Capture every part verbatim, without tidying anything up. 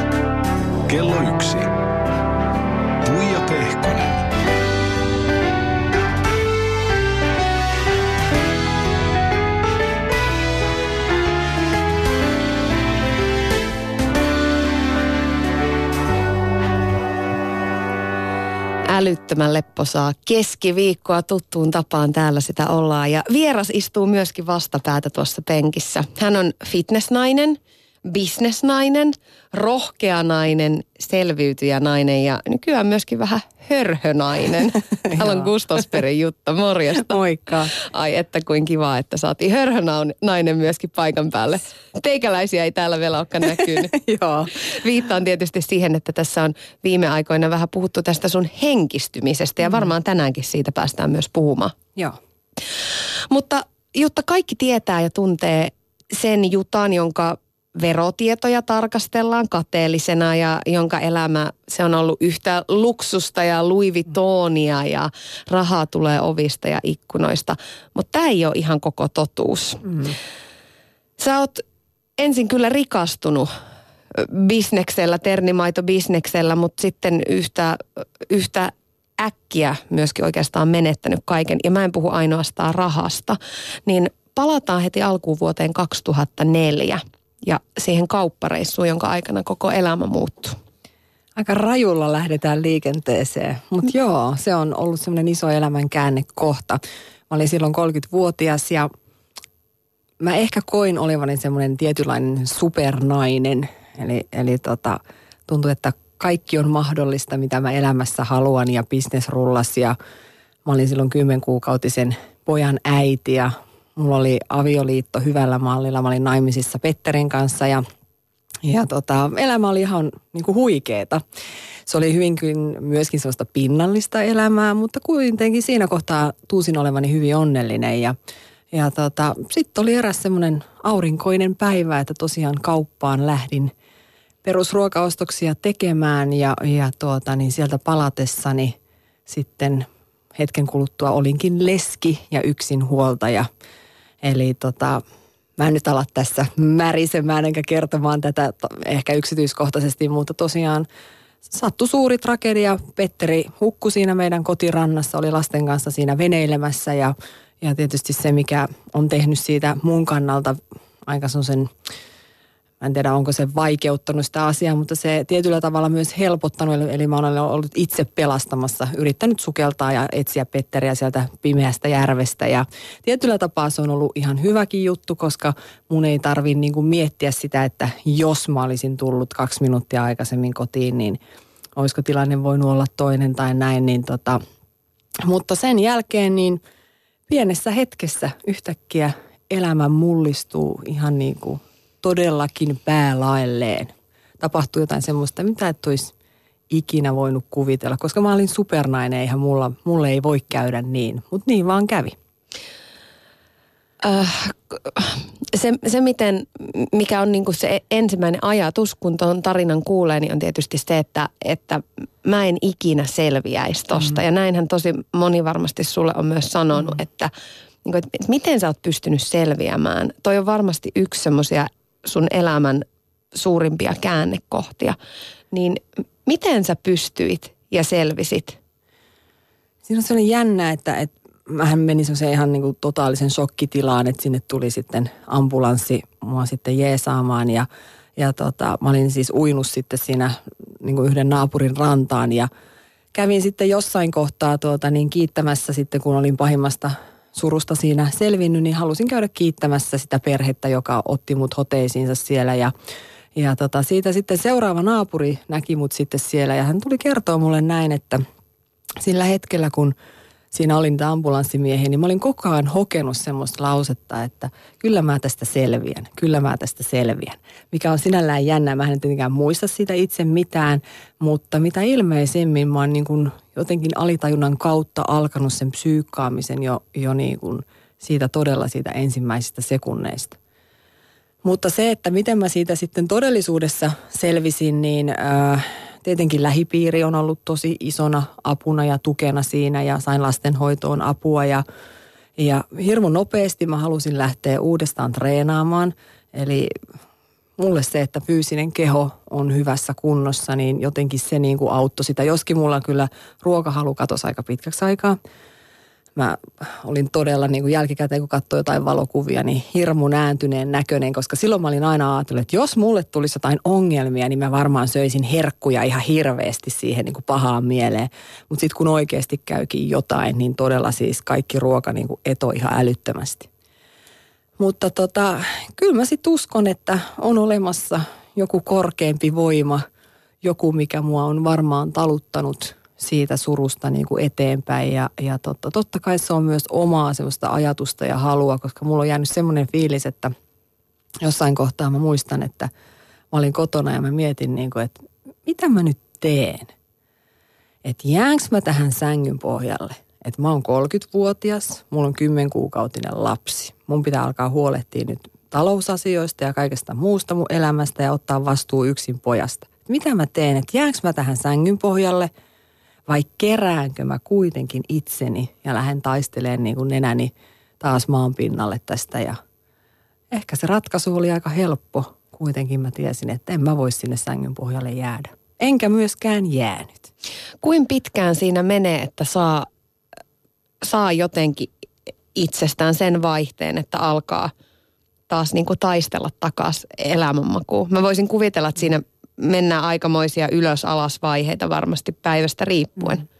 Kello yksi. Tuija Pehkonen. Älyttömän lepposaa keskiviikkoa tuttuun tapaan täällä sitä ollaan. Ja vieras istuu myöskin vastapäätä tuossa penkissä. Hän on fitnessnainen, businessnainen, rohkea nainen, selviytyjä nainen ja nykyään myöskin vähän hörhönainen. Täällä on Gustafsbergin Jutta, morjesta. Moikka. Ai että kuin kiva, että saatiin hörhönainen myöskin paikan päälle. Teikäläisiä ei täällä vielä olekaan näkynyt. Joo. Viittaan tietysti siihen, että tässä on viime aikoina vähän puhuttu tästä sun henkistymisestä ja varmaan tänäänkin siitä päästään myös puhumaan. Joo. Mutta Jutta, kaikki tietää ja tuntee sen Jutan, jonka verotietoja tarkastellaan kateellisena ja jonka elämä, se on ollut yhtä luksusta ja Louis Vuittonia ja rahaa tulee ovista ja ikkunoista. Mutta tämä ei ole ihan koko totuus. Mm. Sä oot ensin kyllä rikastunut bisneksellä, ternimaitobisneksellä, mutta sitten yhtä, yhtä äkkiä myöskin oikeastaan menettänyt kaiken. Ja mä en puhu ainoastaan rahasta. Niin palataan heti alkuun vuoteen kaksituhattaneljä. Ja siihen kauppareissuun, jonka aikana koko elämä muuttuu. Aika rajulla lähdetään liikenteeseen, mutta joo, se on ollut semmoinen iso elämän käännekohta. Mä olin silloin kolmekymmentävuotias ja mä ehkä koin olevani semmoinen tietynlainen supernainen. Eli, eli tota, tuntui, että kaikki on mahdollista, mitä mä elämässä haluan ja business rullas. Ja mä olin silloin kymmenkuukautisen pojan äiti ja mulla oli avioliitto hyvällä mallilla. Mä olin naimisissa Petterin kanssa ja, ja tota, elämä oli ihan niin kuin huikeeta. Se oli hyvinkin myöskin sellaista pinnallista elämää, mutta kuitenkin siinä kohtaa tuusin olevani hyvin onnellinen. Ja, ja tota, sitten oli eräs semmoinen aurinkoinen päivä, että tosiaan kauppaan lähdin perusruokaostoksia tekemään ja, ja tuota, niin sieltä palatessani sitten hetken kuluttua olinkin leski ja yksinhuoltaja. Eli tota, mä en nyt ala tässä märisemään enkä kertomaan tätä ehkä yksityiskohtaisesti, mutta tosiaan sattui suuri tragedia. Petteri hukkui siinä meidän kotirannassa, oli lasten kanssa siinä veneilemässä ja, ja tietysti se, mikä on tehnyt siitä mun kannalta aika sen, mä en tiedä onko se vaikeuttanut sitä asiaa, mutta se tietyllä tavalla myös helpottanut, eli mä olen ollut itse pelastamassa, yrittänyt sukeltaa ja etsiä Petteriä sieltä pimeästä järvestä ja tietyllä tapaa se on ollut ihan hyväkin juttu, koska mun ei tarvitse niin kuin miettiä sitä, että jos mä olisin tullut kaksi minuuttia aikaisemmin kotiin, niin olisiko tilanne voinut olla toinen tai näin, niin tota, mutta sen jälkeen niin pienessä hetkessä yhtäkkiä elämä mullistuu ihan niin kuin todellakin päälaelleen. Tapahtui jotain semmoista, mitä et olisi ikinä voinut kuvitella, koska mä olin supernainen, eihän mulla, mulle ei voi käydä niin, mutta niin vaan kävi. Äh, se, se miten, mikä on niinku se ensimmäinen ajatus, kun tuon tarinan kuulee, niin on tietysti se, että, että mä en ikinä selviäisi tosta. Mm. Ja näinhän tosi moni varmasti sulle on myös sanonut, mm. että, niinku, että miten sä oot pystynyt selviämään. Toi on varmasti yksi semmoisia sun elämän suurimpia käännekohtia. Niin miten sä pystyit ja selvisit? Siinä on sellainen jännä, että, että mähän menin semmoiseen ihan niin kuin totaalisen shokkitilaan, että sinne tuli sitten ambulanssi mua sitten jeesaamaan ja, ja tota, mä olin siis uinut sitten siinä niin kuin yhden naapurin rantaan ja kävin sitten jossain kohtaa tuota, niin kiittämässä sitten, kun olin pahimmasta surusta siinä selvinnyt, niin halusin käydä kiittämässä sitä perhettä, joka otti mut hoteisiinsa siellä ja, ja tota, siitä sitten seuraava naapuri näki mut sitten siellä ja hän tuli kertoa mulle näin, että sillä hetkellä kun siinä olin niitä ambulanssimiehiä, niin mä olin koko ajan hokenut semmoista lausetta, että kyllä mä tästä selviän, kyllä mä tästä selviän. Mikä on sinällään jännää, mä en tietenkään muista siitä itse mitään, mutta mitä ilmeisimmin mä oon niin kuin jotenkin alitajunnan kautta alkanut sen psyykkaamisen jo, jo niin kuin siitä todella siitä ensimmäisistä sekunneista. Mutta se, että miten mä siitä sitten todellisuudessa selvisin, niin Äh, tietenkin lähipiiri on ollut tosi isona apuna ja tukena siinä ja sain lastenhoitoon apua ja, ja hirmu nopeasti mä halusin lähteä uudestaan treenaamaan. Eli mulle se, että fyysinen keho on hyvässä kunnossa, niin jotenkin se niin kuin auttoi sitä. Joskin mulla kyllä ruokahalu katosi aika pitkäksi aikaa. Mä olin todella niin kuin jälkikäteen, kun katsoin jotain valokuvia, niin hirmu nääntyneen näköinen, koska silloin mä olin aina ajatellut, että jos mulle tulisi jotain ongelmia, niin mä varmaan söisin herkkuja ihan hirveästi siihen niin kuin pahaan mieleen. Mutta sitten kun oikeasti käykin jotain, niin todella siis kaikki ruoka niin kuin eto ihan älyttömästi. Mutta tota, kyllä mä sitten uskon, että on olemassa joku korkeampi voima, joku mikä mua on varmaan taluttanut siitä surusta niin kuin eteenpäin. Ja, ja totta, totta kai se on myös omaa semmoista ajatusta ja halua, koska mulla on jäänyt semmoinen fiilis, että jossain kohtaa mä muistan, että mä olin kotona ja mä mietin, niin kuin, että mitä mä nyt teen? Että jäänkö mä tähän sängyn pohjalle? Että mä oon kolmekymmentävuotias, mulla on kymmenkuukautinen lapsi. Mun pitää alkaa huolehtia nyt talousasioista ja kaikesta muusta mun elämästä ja ottaa vastuu yksin pojasta. Mitä mä teen? Että jäänkö mä tähän sängyn pohjalle vai keräänkö mä kuitenkin itseni ja lähden taistelemaan niin kuin nenäni taas maan pinnalle tästä. Ja ehkä se ratkaisu oli aika helppo. Kuitenkin mä tiesin, että en mä voi sinne sängyn pohjalle jäädä. Enkä myöskään jäänyt. Kuin pitkään siinä menee, että saa, saa jotenkin itsestään sen vaihteen, että alkaa taas niin kuin taistella takaisin elämänmakuun? Mä voisin kuvitella, että siinä mennään aikamoisia ylös-alas vaiheita varmasti päivästä riippuen. Mm.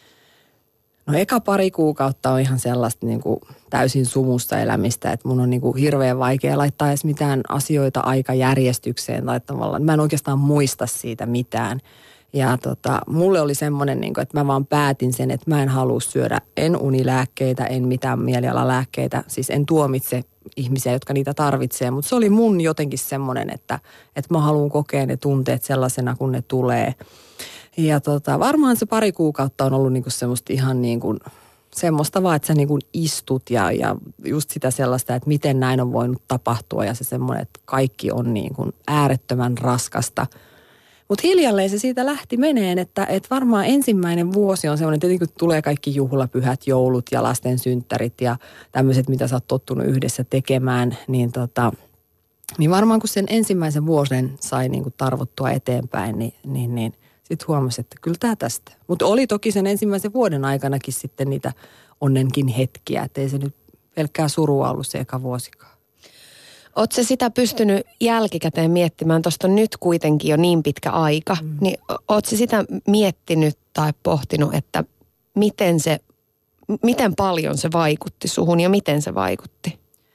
No eka pari kuukautta on ihan sellaista niin kuin täysin sumusta elämistä, että mun on niin kuin hirveän vaikea laittaa edes mitään asioita aikajärjestykseen tai tavallaan. Mä en oikeastaan muista siitä mitään. Ja tota, mulle oli semmoinen, niin kuin, että mä vaan päätin sen, että mä en halua syödä en unilääkkeitä, en mitään mielialalääkkeitä. Siis en tuomitse ihmisiä, jotka niitä tarvitsee, mutta se oli mun jotenkin semmoinen, että, että mä haluan kokea ne tunteet sellaisena, kun ne tulee. Ja tota, varmaan se pari kuukautta on ollut niinku semmoista ihan niin kuin, semmoista vaan, että sä niinku istut ja, ja just sitä sellaista, että miten näin on voinut tapahtua ja se semmoinen, että kaikki on niin kuin äärettömän raskasta. Mutta hiljalleen se siitä lähti meneen, että, että varmaan ensimmäinen vuosi on semmoinen, tietenkin kun tulee kaikki juhlapyhät, joulut ja lasten synttärit ja tämmöiset, mitä sä oot tottunut yhdessä tekemään, niin, tota, niin varmaan kun sen ensimmäisen vuoden sai niin kuin tarvottua eteenpäin, niin, niin, niin sitten huomasi, että kyllä tämä tästä. Mutta oli toki sen ensimmäisen vuoden aikanakin sitten niitä onnenkin hetkiä, ettei se nyt pelkkää surua ollut se eka vuosikaan. Oletko sä sitä pystynyt jälkikäteen miettimään, tuosta on nyt kuitenkin jo niin pitkä aika, mm. niin oletko sä sitä miettinyt tai pohtinut, että miten, se, miten paljon se vaikutti suhun ja miten se vaikutti?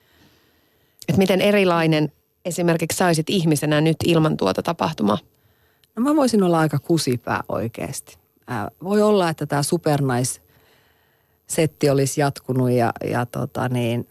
Että miten erilainen esimerkiksi saisit ihmisenä nyt ilman tuota tapahtumaa? No mä voisin olla aika kusipää oikeasti. Ää, voi olla, että tämä supernais-setti olisi jatkunut ja, ja tota niin...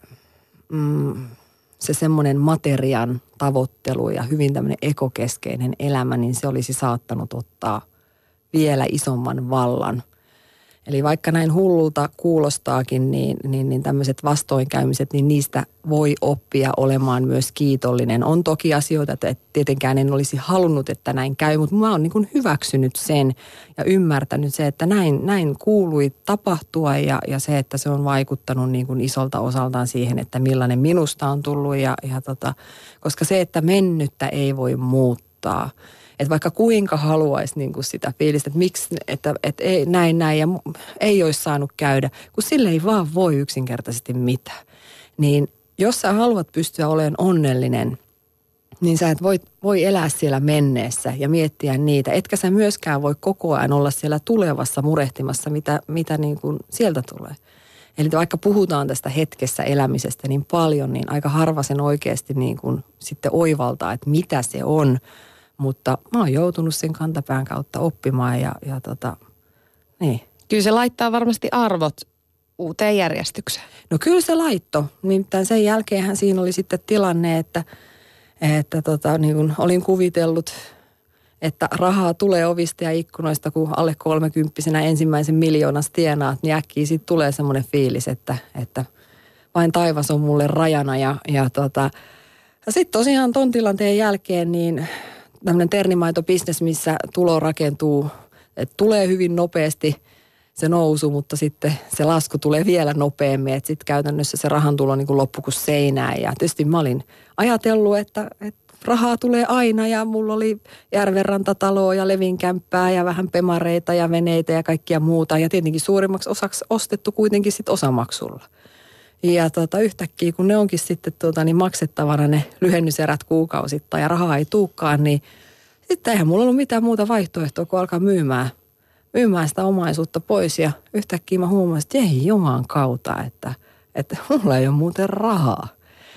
Mm, se semmoinen materian tavoittelu ja hyvin tämmöinen ekokeskeinen elämä, niin se olisi saattanut ottaa vielä isomman vallan. Eli vaikka näin hullulta kuulostaakin, niin, niin, niin tämmöiset vastoinkäymiset, niin niistä voi oppia olemaan myös kiitollinen. On toki asioita, että tietenkään en olisi halunnut, että näin käy, mutta mä oon niin kuin hyväksynyt sen ja ymmärtänyt se, että näin, näin kuului tapahtua ja, ja se, että se on vaikuttanut niin kuin isolta osaltaan siihen, että millainen minusta on tullut. Ja, ja tota, koska se, että mennyttä ei voi muuttaa. Että vaikka kuinka haluaisi niin kuin sitä fiilistä, että miksi, että, että ei, näin, näin ja ei olisi saanut käydä, kun sille ei vaan voi yksinkertaisesti mitään. Niin jos sä haluat pystyä olemaan onnellinen, niin sä et voi, voi elää siellä menneessä ja miettiä niitä. Etkä sä myöskään voi koko ajan olla siellä tulevassa murehtimassa, mitä, mitä niin kuin sieltä tulee. Eli vaikka puhutaan tästä hetkessä elämisestä niin paljon, niin aika harva sen oikeasti niin kuin sitten oivaltaa, että mitä se on. Mutta mä oon joutunut sen kantapään kautta oppimaan ja, ja tota, niin. Kyllä se laittaa varmasti arvot uuteen järjestykseen. No kyllä se laitto. Nimittäin sen jälkeenhän siinä oli sitten tilanne, että, että tota, niin kuin olin kuvitellut, että rahaa tulee ovista ja ikkunoista, kun alle kolmekymppisenä ensimmäisen miljoonas tienaat, niin äkkiä siitä tulee semmoinen fiilis, että, että vain taivas on mulle rajana. Ja, ja tota, sitten tosiaan ton tilanteen jälkeen niin tämmöinen ternimaitobisnes, missä tulo rakentuu, että tulee hyvin nopeasti se nousu, mutta sitten se lasku tulee vielä nopeammin, että sitten käytännössä se rahan tulo niin kuin loppu kuin seinään. Ja tietysti mä olin ajatellut, että, että rahaa tulee aina ja mulla oli järvenrantataloa ja levinkämppää ja vähän pemareita ja veneitä ja kaikkia muuta. Ja tietenkin suurimmaksi osaksi ostettu kuitenkin sitten osamaksulla. Ja tota, yhtäkkiä kun ne onkin sitten tota, niin maksettavana ne lyhennyserät kuukausittain ja rahaa ei tuukaan, niin sitten eihän mulla ollut mitään muuta vaihtoehtoa kuin alkaa myymään, myymään sitä omaisuutta pois. Ja yhtäkkiä mä huomasin, että ei juman kautta, että, että mulla ei ole muuten rahaa.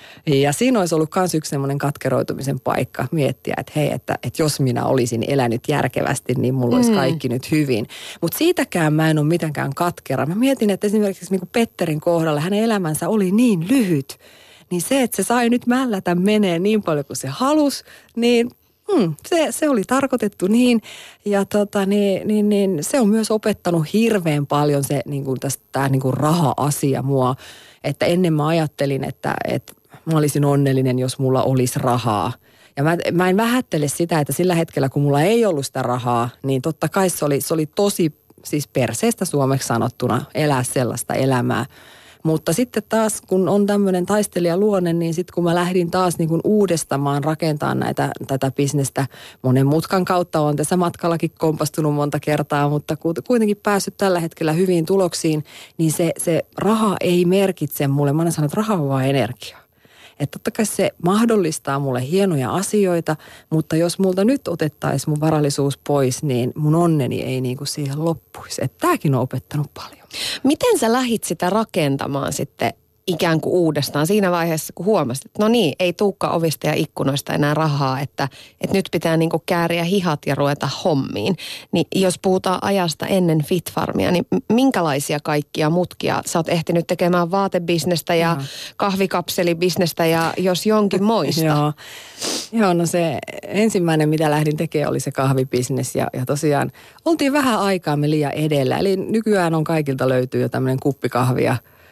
Ja siinä olisi ollut myös yksi semmoinen katkeroitumisen paikka miettiä, että hei, että, että jos minä olisin elänyt järkevästi, niin mulla olisi kaikki mm. nyt hyvin. Mutta siitäkään mä en ole mitenkään katkera. Mä mietin, että esimerkiksi niin kuin Petterin kohdalla hänen elämänsä oli niin lyhyt, niin se, että se sai nyt mällätä menee niin paljon kuin se halusi, niin Hmm, se, se oli tarkoitettu niin, ja tota, niin, niin, niin, se on myös opettanut hirveän paljon se niin kuin tästä, tämä niin kuin raha-asia mua, että ennen mä ajattelin, että, että mä olisin onnellinen, jos mulla olisi rahaa. Ja mä, mä en vähättele sitä, että sillä hetkellä, kun mulla ei ollut sitä rahaa, niin totta kai se oli, se oli tosi siis perseestä suomeksi sanottuna elää sellaista elämää. Mutta sitten taas, kun on tämmöinen taistelijaluonne, niin sitten kun mä lähdin taas niin kuin uudestamaan rakentamaan näitä, tätä bisnestä, monen mutkan kautta on tässä matkallakin kompastunut monta kertaa, mutta kuitenkin päässyt tällä hetkellä hyviin tuloksiin, niin se, se raha ei merkitse mulle. Mä aina sanon, että raha on vaan energiaa. Että totta kai se mahdollistaa mulle hienoja asioita, mutta jos multa nyt otettaisiin mun varallisuus pois, niin mun onneni ei niin kuin siihen loppuisi. Että tämäkin on opettanut paljon. Miten sä lähit sitä rakentamaan sitten ikään kuin uudestaan siinä vaiheessa, kun huomasit, että no niin, ei tuukka ovista ja ikkunoista enää rahaa, että, että nyt pitää niin kuin kääriä hihat ja ruveta hommiin. Niin jos puhutaan ajasta ennen FitFarmia, niin minkälaisia kaikkia mutkia? Sä oot ehtinyt tekemään vaatebisnestä ja Joo. kahvikapselibisnestä ja jos jonkin moista. Joo. Joo, no se ensimmäinen, mitä lähdin tekemään, oli se kahvibisnes ja, ja tosiaan oltiin vähän aikaamme liian edellä. Eli nykyään on kaikilta löytyy jo tämmöinen kuppikahvia.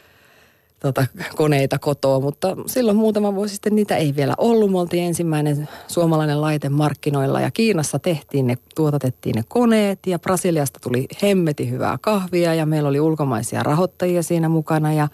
Tota, koneita kotoa, mutta silloin muutama vuosi sitten niitä ei vielä ollut. Me oltiin ensimmäinen suomalainen laite markkinoilla ja Kiinassa tehtiin ne, tuotatettiin ne koneet ja Brasiliasta tuli hemmetin hyvää kahvia ja meillä oli ulkomaisia rahoittajia siinä mukana ja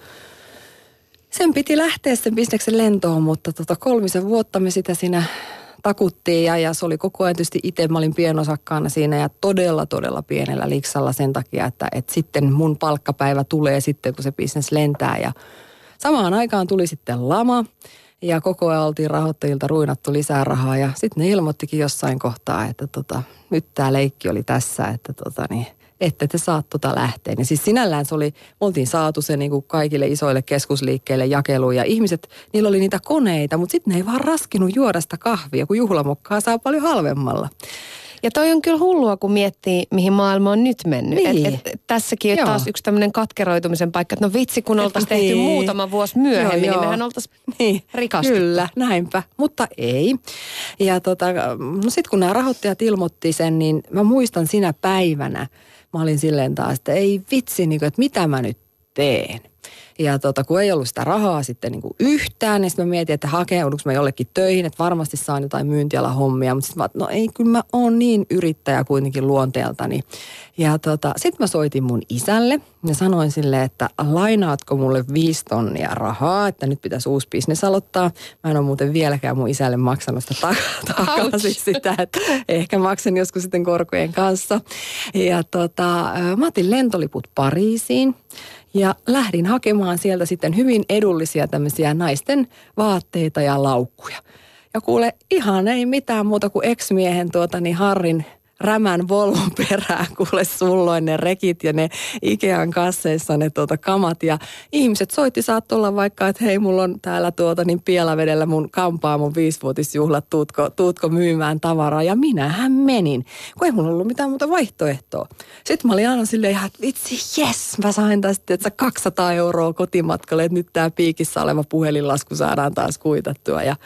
sen piti lähteä sen bisneksen lentoon, mutta tota kolmisen vuotta me sitä siinä takuttiin ja, ja se oli koko ajan tietysti itse, mä olin pienosakkaana siinä ja todella, todella pienellä liksalla sen takia, että, että sitten mun palkkapäivä tulee sitten, kun se bisnes lentää ja samaan aikaan tuli sitten lama ja koko ajan oltiin rahoittajilta ruinattu lisää rahaa ja sitten ne ilmoittikin jossain kohtaa, että tota, nyt tämä leikki oli tässä, että tota niin, että te saat tota lähteä. Ja siis sinällään se oli, me oltiin saatu se niin kuin kaikille isoille keskusliikkeille jakeluun ja ihmiset, niillä oli niitä koneita, mutta sitten ne ei vaan raskinut juoda sitä kahvia, kun juhlamokkaa saa paljon halvemmalla. Ja toi on kyllä hullua, kun miettii, mihin maailma on nyt mennyt. Niin. Et, et, tässäkin on taas yksi tämmöinen katkeroitumisen paikka, että no vitsi, kun oltaisiin tehty niin. muutama vuosi myöhemmin, joo, niin mehän oltaisiin niin. rikastuttu. Kyllä, näinpä, mutta ei. Ja tota, no sit kun nämä rahoittajat ilmoitti sen, niin mä muistan sinä päivänä, mä olin silleen taas, että ei vitsi, niin kuin, että mitä mä nyt teen. Ja tota, kun ei ollut sitä rahaa sitten niin kuin yhtään, niin sitten mä mietin, että hakeudunko mä jollekin töihin, että varmasti saan jotain myyntialahommia. Mutta sitten mä, no ei, kyllä mä oon niin yrittäjä kuitenkin luonteeltani. Ja tota, sitten mä soitin mun isälle ja sanoin sille, että lainaatko mulle viisi tonnia rahaa, että nyt pitäisi uusi bisnes aloittaa. Mä en ole muuten vieläkään mun isälle maksanut sitä takaisin sitä, että ehkä maksan joskus sitten korkojen kanssa. Ja tota, mä otin lentoliput Pariisiin. Ja lähdin hakemaan sieltä sitten hyvin edullisia tämmöisiä naisten vaatteita ja laukkuja. Ja kuule, ihan ei mitään muuta kuin ex-miehen tuota niin Harrin rämän Volvon perään, kuule sulloin ne rekit ja ne Ikean kasseissa ne tuota kamat. Ja ihmiset soitti, saat olla vaikka, että hei, mulla on täällä tuota niin Pielavedellä mun kampaamon viisivuotisjuhlat, tuutko, tuutko myymään tavaraa. Ja minähän menin, kun ei mulla ollut mitään muuta vaihtoehtoa. Sitten mä olin aina silleen ihan, että vitsi, jes, mä sain tästä, että kaksisataa euroa kotimatkalle, että nyt tää piikissä oleva puhelinlasku saadaan taas kuitattua ja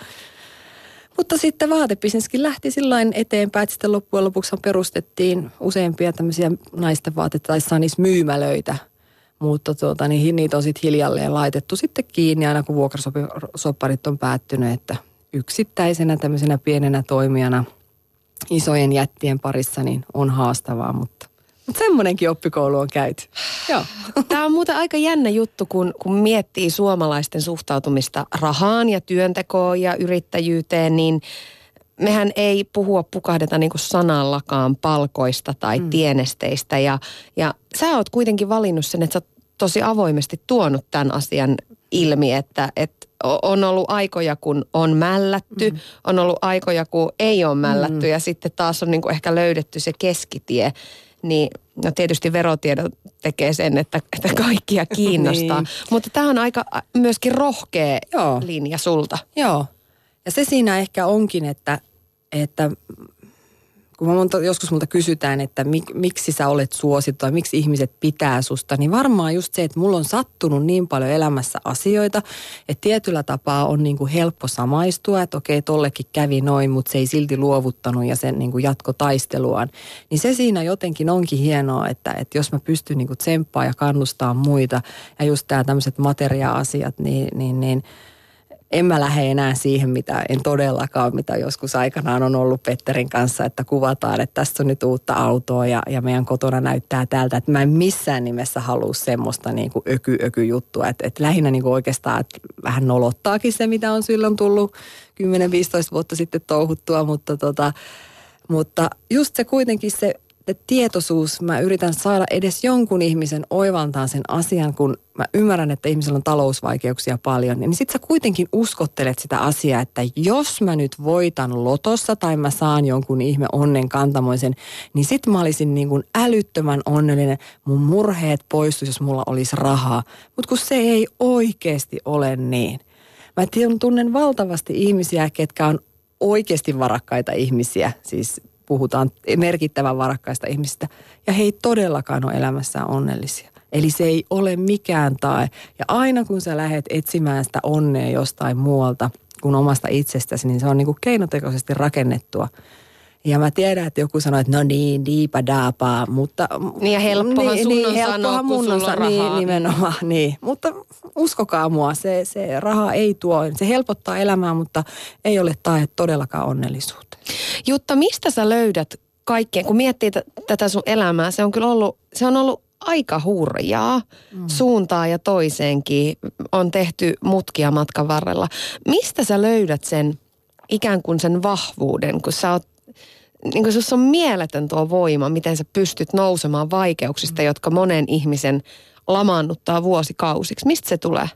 mutta sitten vaatebisneskin lähti sillain eteenpäin, että sitten loppujen lopuksi perustettiin useampia tämmöisiä naisten vaatteita tai saa niissä myymälöitä. Mutta tuota, niin niitä on sitten hiljalleen laitettu sitten kiinni aina kun vuokrasopparit on päättynyt, että yksittäisenä tämmöisenä pienenä toimijana isojen jättien parissa niin on haastavaa, mutta Mutta semmoinenkin oppikoulu on käyty. Joo. Tämä on muuten aika jännä juttu, kun, kun miettii suomalaisten suhtautumista rahaan ja työntekoon ja yrittäjyyteen, niin mehän ei puhua pukahdeta niin kuin sanallakaan palkoista tai mm. tienesteistä. Ja, ja sä oot kuitenkin valinnut sen, että sä oot tosi avoimesti tuonut tämän asian ilmi, että, että on ollut aikoja, kun on mällätty, mm. on ollut aikoja, kun ei ole mällätty mm. ja sitten taas on niin kuin ehkä löydetty se keskitie. Niin no tietysti verotiedot tekee sen, että, että kaikkia kiinnostaa. Niin. Mutta tämä on aika myöskin rohkea Joo. linja sulta. Joo. Ja se siinä ehkä onkin, että, että kun monta, joskus multa kysytään, että mik, miksi sä olet suosittu tai miksi ihmiset pitää susta, niin varmaan just se, että mulla on sattunut niin paljon elämässä asioita, että tietyllä tapaa on niin kuin helppo samaistua, että okei, tollekin kävi noin, mutta se ei silti luovuttanut ja sen niin kuin jatko taisteluaan. Niin se siinä jotenkin onkin hienoa, että, että jos mä pystyn niin kuin tsemppaa ja kannustaa muita ja just tää tämmöiset materia-asiat, niin, niin, niin en mä lähde enää siihen, mitä en todellakaan, mitä joskus aikanaan on ollut Petterin kanssa, että kuvataan, että tässä on nyt uutta autoa ja, ja meidän kotona näyttää tältä. Että mä en missään nimessä halua semmoista niin kuin öky-öky-juttua. Että, että lähinnä niin kuin oikeastaan että vähän nolottaakin se, mitä on silloin tullut kymmenen viisitoista vuotta sitten touhuttua. Mutta, tota, mutta just se kuitenkin se tietoisuus, mä yritän saada edes jonkun ihmisen oivaltaan sen asian, kun mä ymmärrän, että ihmisellä on talousvaikeuksia paljon, niin sit sä kuitenkin uskottelet sitä asiaa, että jos mä nyt voitan lotossa tai mä saan jonkun ihme onnen kantamoisen, niin sit mä olisin niin kuin älyttömän onnellinen, mun murheet poistuisi, jos mulla olisi rahaa. Mutta kun se ei oikeasti ole niin. Mä tunnen valtavasti ihmisiä, ketkä on oikeasti varakkaita ihmisiä, siis puhutaan merkittävän varakkaista ihmisistä, ja he ei todellakaan ole elämässään onnellisia. Eli se ei ole mikään tae. Ja aina kun sä lähdet etsimään sitä onnea jostain muualta kuin omasta itsestäsi, niin se on niin kuin keinotekoisesti rakennettua. Ja mä tiedän, että joku sanoo, että no niin, diipa daapaa, mutta niin ja helppohan niin, sun niin, on helppohan sanoa, kun mun sulla on rahaa. Niin, nimenomaan, niin. Mutta uskokaa mua, se, se raha ei tuo, se helpottaa elämää, mutta ei ole tae todellakaan onnellisuuteen. Jutta, mistä sä löydät kaikkeen, kun miettii t- tätä sun elämää, se on kyllä ollut, se on ollut aika hurjaa mm. suuntaan ja toiseenkin, on tehty mutkia matkan varrella. Mistä sä löydät sen ikään kuin sen vahvuuden, kun sä oot, niin kuin sussa on mieletön tuo voima, miten sä pystyt nousemaan vaikeuksista, mm. jotka monen ihmisen lamaannuttaa vuosikausiksi. Mistä se tulee?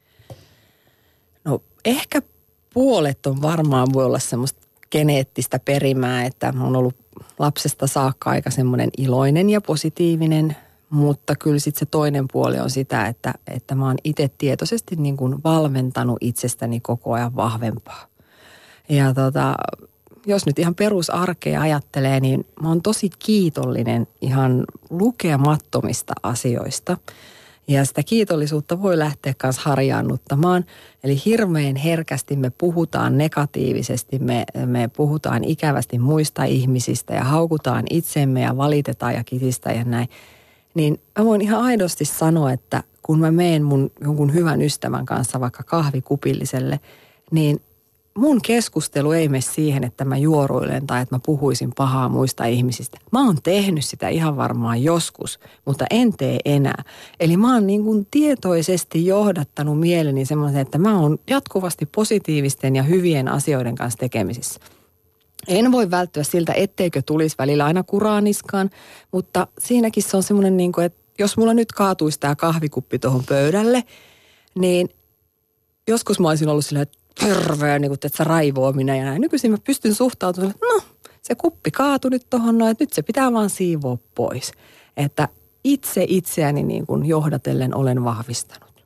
No ehkä puolet on varmaan voi olla semmoista geneettistä perimää, että on ollut lapsesta saakka aika semmoinen iloinen ja positiivinen, mutta kyllä sitten se toinen puoli on sitä, että, että mä oon itse tietoisesti niin kuin valmentanut itsestäni koko ajan vahvempaa. Ja tota, jos nyt ihan perusarkea ajattelee, niin mä oon tosi kiitollinen ihan lukemattomista asioista. Ja sitä kiitollisuutta voi lähteä kanssa harjaannuttamaan. Eli hirveän herkästi me puhutaan negatiivisesti, me, me puhutaan ikävästi muista ihmisistä ja haukutaan itsemme ja valitetaan ja kitistä ja näin. Niin mä voin ihan aidosti sanoa, että kun mä menen mun jonkun hyvän ystävän kanssa vaikka kahvikupilliselle, niin mun keskustelu ei mene siihen, että mä juoruilen tai että mä puhuisin pahaa muista ihmisistä. Mä oon tehnyt sitä ihan varmaan joskus, mutta en tee enää. Eli mä oon niin kuin tietoisesti johdattanut mieleni semmoisen, että mä oon jatkuvasti positiivisten ja hyvien asioiden kanssa tekemisissä. En voi välttyä siltä, etteikö tulisi välillä aina kuraa niskaan, mutta siinäkin se on semmoinen, niin kuin, että jos mulla nyt kaatuisi tämä kahvikuppi tuohon pöydälle, niin joskus mä olisin ollut silleen, että hirveä, niin kuin, että raivoaminen ja näin. Nykyisin mä pystyn suhtautumaan, että no, se kuppi kaatui nyt tuohon noin, että nyt se pitää vaan siivoa pois. Että itse itseäni niin kuin johdatellen olen vahvistanut.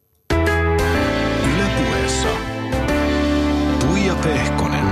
Yle Puheessa Tuija Pehkonen.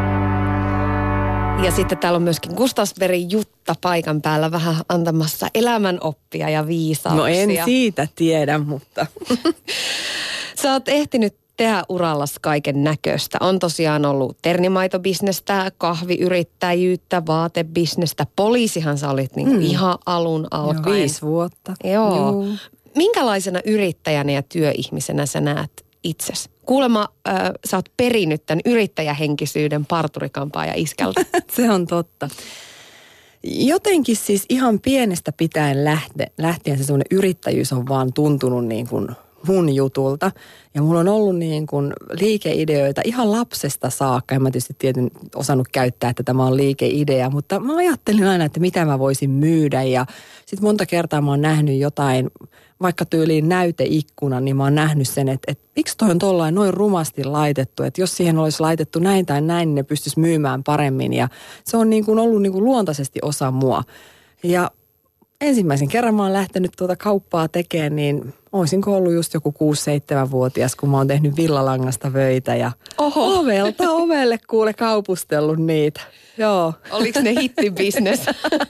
Ja sitten täällä on myöskin Gustavsberg Jutta paikan päällä vähän antamassa elämänoppia ja viisauksia. No en siitä tiedä, mutta sä oot ehtinyt tehdä urallas kaiken näköistä. On tosiaan ollut ternimaitobisnestä, kahviyrittäjyyttä, vaatebisnestä. Poliisihan sä olit niinku mm. ihan alun alkaen. Jo viisi vuotta. Joo. Joo. Minkälaisena yrittäjänä ja työihmisenä sä näet itsesi? Kuulemma äh, sä oot perinnyt tämän yrittäjähenkisyyden parturikampaaja iskältä. Se on totta. Jotenkin siis ihan pienestä pitäen lähtien se semmoinen yrittäjyys on vaan tuntunut niin kuin mun jutulta. Ja mulla on ollut niin kuin liikeideoita ihan lapsesta saakka. En mä tietysti tiedän, osannut käyttää, että tämä on liikeidea, mutta mä ajattelin aina, että mitä mä voisin myydä. Ja sitten monta kertaa mä oon nähnyt jotain, vaikka tyyliin näyteikkuna, niin mä oon nähnyt sen, että, että miksi toi on tollain noin rumasti laitettu. Että jos siihen olisi laitettu näin tai näin, niin ne pystyisi myymään paremmin. Ja se on niin kuin ollut niin kuin luontaisesti osa mua. Ja ensimmäisen kerran mä oon lähtenyt tuota kauppaa tekemään, niin olisinko ollut just joku kuusi seitsemän vuotias, kun mä oon tehnyt villalangasta vöitä ja Oho. ovelta ovelle kuule kaupustellut niitä. Joo. Oliko ne hittibisnes?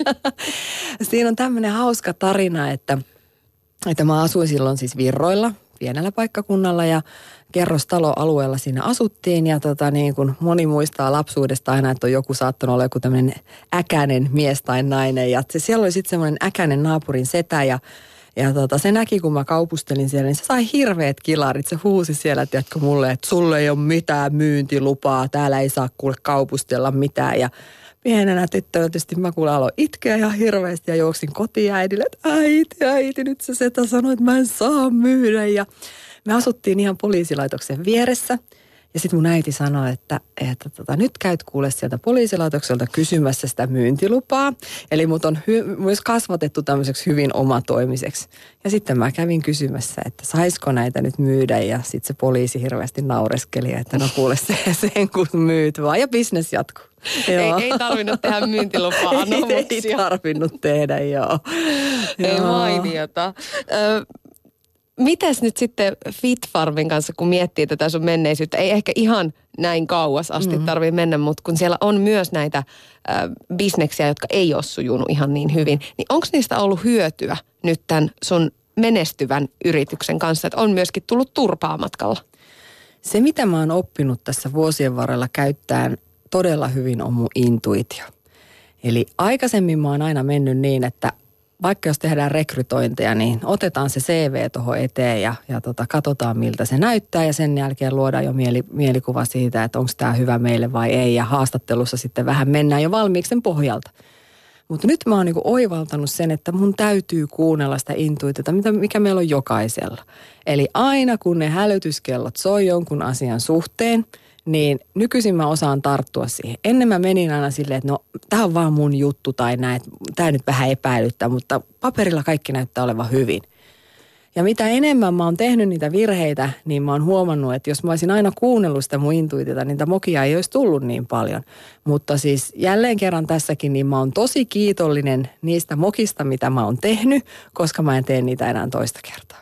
Siinä on tämmöinen hauska tarina, että, että mä asuin silloin siis Virroilla, pienellä paikkakunnalla ja kerrostaloalueella siinä asuttiin ja tota niin kuin moni muistaa lapsuudesta aina, että on joku saattanut olla joku tämmöinen äkäinen mies tai nainen ja se, siellä oli sitten semmoinen äkäinen naapurin setä ja Ja tota, se näki, kun mä kaupustelin siellä, niin se sai hirveät kilarit. Se huusi siellä, tiedätkö mulle, että sulle ei ole mitään myyntilupaa, täällä ei saa kuule kaupustella mitään. Ja pienenä tyttönä tietysti mä kuule aloin itkeä ihan hirveästi ja juoksin kotiäidille, että äiti, äiti, nyt se setä sanoi, että mä en saa myydä. Ja me asuttiin ihan poliisilaitoksen vieressä. Ja sitten mun äiti sanoi, että, että tota, nyt käyt kuule sieltä poliisilaitokselta kysymässä sitä myyntilupaa. Eli mut on hy- myös kasvatettu tämmöiseksi hyvin omatoimiseksi. Ja sitten mä kävin kysymässä, että saisiko näitä nyt myydä. Ja sitten se poliisi hirveästi naureskeli, että no kuule se, sen kun myyt vaan. Ja bisnes jatkuu. Ei, ei tarvinnut tehdä myyntilupaa-anomuksia. Ei, ei tarvinnut tehdä, joo. Ei joo. mainiota. Ö, Mitäs nyt sitten FitFarmin kanssa, kun miettii tätä sun menneisyyttä? Ei ehkä ihan näin kauas asti mm-hmm. tarvitse mennä, mutta kun siellä on myös näitä äh, bisneksiä, jotka ei ole sujunut ihan niin hyvin, niin onko niistä ollut hyötyä nyt tämän sun menestyvän yrityksen kanssa, että on myöskin tullut turpaa matkalla? Se, mitä mä oon oppinut tässä vuosien varrella käyttäen todella hyvin, on mun intuitio. Eli aikaisemmin mä oon aina mennyt niin, että vaikka jos tehdään rekrytointeja, niin otetaan se C V tuohon eteen ja, ja tota, katsotaan miltä se näyttää ja sen jälkeen luodaan jo mieli, mielikuva siitä, että onko tämä hyvä meille vai ei ja haastattelussa sitten vähän mennään jo valmiiksi sen pohjalta. Mutta nyt mä oon niinku oivaltanut sen, että mun täytyy kuunnella sitä intuitiota, mikä meillä on jokaisella. Eli aina kun ne hälytyskellot soi jonkun asian suhteen, niin nykyisin mä osaan tarttua siihen. Ennen mä menin aina silleen, että no tää on vaan mun juttu tai näin, tää nyt vähän epäilyttää, mutta paperilla kaikki näyttää olevan hyvin. Ja mitä enemmän mä oon tehnyt niitä virheitä, niin mä oon huomannut, että jos mä olisin aina kuunnellut sitä mun intuitiota, niin niitä mokia ei olisi tullut niin paljon. Mutta siis jälleen kerran tässäkin, niin mä oon tosi kiitollinen niistä mokista, mitä mä oon tehnyt, koska mä en tee niitä enää toista kertaa.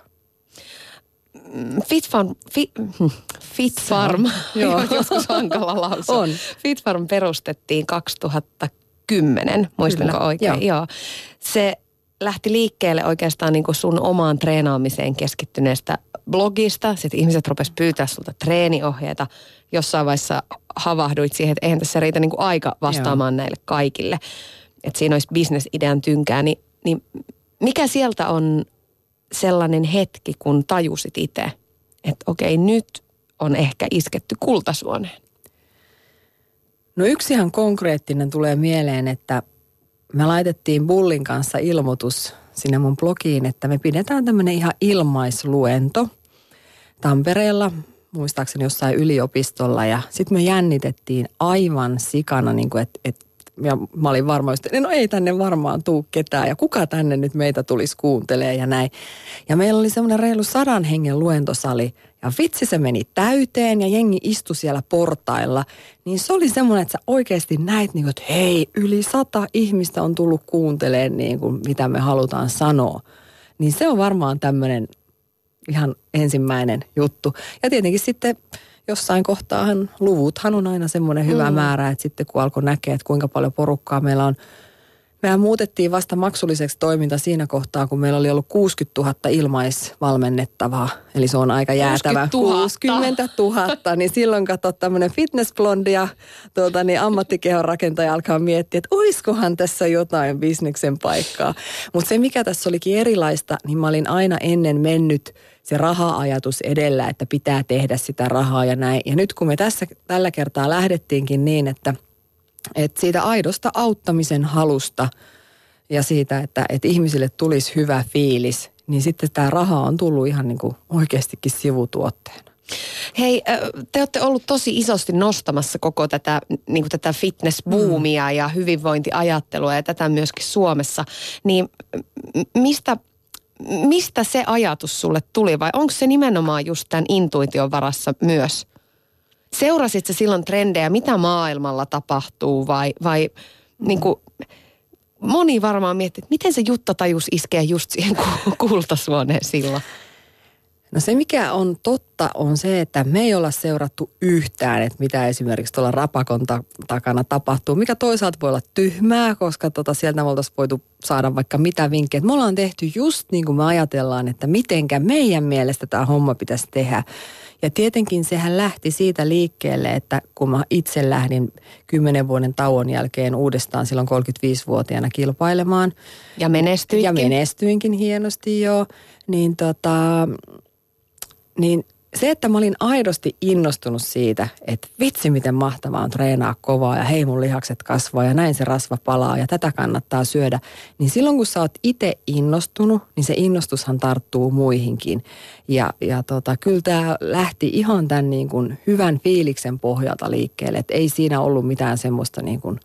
FitFarm, fi, FitFarm, joo, joskus hankala lausua. On. FitFarm perustettiin kaksituhattakymmenen, muistanko oikein? Joo. joo. Se lähti liikkeelle oikeastaan niin kuin sun omaan treenaamiseen keskittyneestä blogista. Sitten ihmiset rupes pyytää sulta treeniohjeita. Jossain vaiheessa havahduit siihen, että eihän tässä riitä niin kuin aika vastaamaan joo. näille kaikille. Että siinä olisi bisnesidean tynkää. Niin, niin mikä sieltä on sellainen hetki, kun tajusit itse, että okei, nyt on ehkä isketty kultasuoneen? No yksi ihan konkreettinen tulee mieleen, että me laitettiin Bullin kanssa ilmoitus sinne mun blogiin, että me pidetään tämmöinen ihan ilmaisluento Tampereella, muistaakseni jossain yliopistolla. Ja sitten me jännitettiin aivan sikana, niin kuin, että, että ja mä olin varma, että no ei tänne varmaan tuu ketään ja kuka tänne nyt meitä tulisi kuuntelee ja näin. Ja meillä oli semmoinen reilu sadan hengen luentosali ja vitsi se meni täyteen ja jengi istui siellä portailla. Niin se oli semmoinen, että sä oikeasti näit niin kuin, että hei, yli sata ihmistä on tullut kuuntelemaan niin kuin, mitä me halutaan sanoa. Niin se on varmaan tämmöinen ihan ensimmäinen juttu. Ja tietenkin sitten jossain kohtaahan luvuthan on aina semmoinen hyvä mm. määrä, että sitten kun alkoi näkeä, että kuinka paljon porukkaa meillä on. Mehän muutettiin vasta maksulliseksi toiminta siinä kohtaa, kun meillä oli ollut kuusikymmentätuhatta ilmaisvalmennettavaa. Eli se on aika jäätävä. kuusikymmentätuhatta. Niin silloin kato tämmöinen fitnessblondi ja tuota, niin ammattikehon rakentaja alkaa miettiä, että oiskohan tässä jotain bisneksen paikkaa. Mutta se mikä tässä olikin erilaista, niin mä olin aina ennen mennyt se raha-ajatus edellä, että pitää tehdä sitä rahaa ja näin. Ja nyt kun me tässä tällä kertaa lähdettiinkin niin, että, että siitä aidosta auttamisen halusta ja siitä, että, että ihmisille tulisi hyvä fiilis, niin sitten tämä raha on tullut ihan niin kuin oikeastikin sivutuotteena. Hei, te olette ollut tosi isosti nostamassa koko tätä, niin kuin tätä fitness-boomia ja hyvinvointiajattelua ja tätä myöskin Suomessa. Niin mistä, mistä se ajatus sulle tuli vai onko se nimenomaan just tämän intuition varassa myös? Seurasit sä silloin trendejä, mitä maailmalla tapahtuu vai, vai niin kuin, moni varmaan miettii, että miten se Jutta-tajus iskee just siihen kultasuoneen silloin? No se mikä on totta on se, että me ei olla seurattu yhtään, että mitä esimerkiksi tuolla rapakon ta- takana tapahtuu, mikä toisaalta voi olla tyhmää, koska tota sieltä me oltaisiin voitu saada vaikka mitä vinkkejä. Me ollaan tehty just niin kuin me ajatellaan, että mitenkä meidän mielestä tämä homma pitäisi tehdä. Ja tietenkin sehän lähti siitä liikkeelle, että kun mä itse lähdin kymmenen vuoden tauon jälkeen uudestaan silloin kolmekymmentäviisivuotiaana kilpailemaan. Ja menestyinkin. Ja menestyinkin hienosti jo, niin tota... Niin se, että mä olin aidosti innostunut siitä, että vitsi miten mahtavaa on treenaa kovaa ja hei mun lihakset kasvaa ja näin se rasva palaa ja tätä kannattaa syödä. Niin silloin kun sä oot itse innostunut, niin se innostushan tarttuu muihinkin. Ja, ja tota, kyllä tää lähti ihan tämän niin kuin hyvän fiiliksen pohjalta liikkeelle. Että ei siinä ollut mitään semmoista niin kuin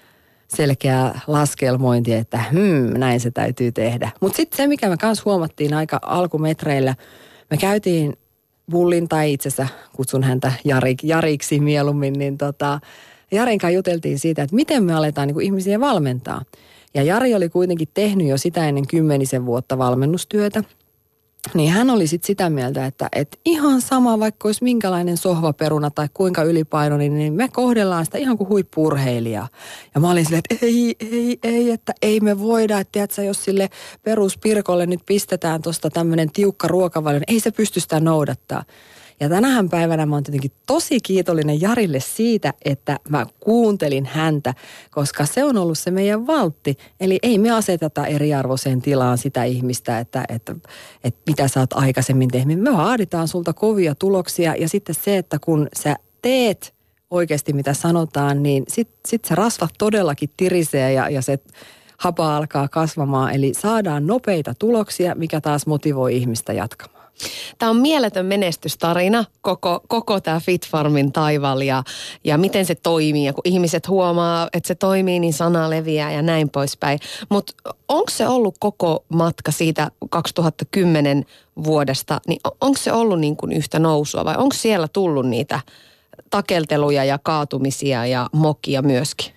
selkeää laskelmointia, että hmm, näin se täytyy tehdä. Mutta sitten se, mikä me kanssa huomattiin aika alkumetreillä, me käytiin Bullin, tai itse asiassa kutsun häntä Jarik, Jariksi mieluummin, niin tota, Jarin kanssa juteltiin siitä, että miten me aletaan niin kuin ihmisiä valmentaa. Ja Jari oli kuitenkin tehnyt jo sitä ennen kymmenisen vuotta valmennustyötä. Niin hän oli sitten sitä mieltä, että, että ihan sama, vaikka olisi minkälainen sohvaperuna tai kuinka ylipainoinen, niin me kohdellaan sitä ihan kuin huippu-urheilijaa. Ja mä olin silleen, että ei, ei, ei, että ei me voida, että tiedätkö, jos sille peruspirkolle nyt pistetään tuosta tämmöinen tiukka ruokavalio, niin ei se pysty sitä noudattaa. Ja tänähän päivänä mä oon tietenkin tosi kiitollinen Jarille siitä, että mä kuuntelin häntä, koska se on ollut se meidän valtti. Eli ei me aseteta eriarvoiseen tilaan sitä ihmistä, että, että, että mitä sä oot aikaisemmin tehnyt. Me vaaditaan sulta kovia tuloksia ja sitten se, että kun sä teet oikeasti mitä sanotaan, niin sit, sit se rasva todellakin tirisee ja, ja se hapa alkaa kasvamaan. Eli saadaan nopeita tuloksia, mikä taas motivoi ihmistä jatkamaan. Tämä on mieletön menestystarina, koko, koko tämä FitFarmin taival ja, ja miten se toimii. Ja kun ihmiset huomaa, että se toimii, niin sana leviää ja näin poispäin. Mutta onko se ollut koko matka siitä kaksituhattakymmenen vuodesta, niin onko se ollut niin kuin yhtä nousua vai onko siellä tullut niitä takelteluja ja kaatumisia ja mokia myöskin?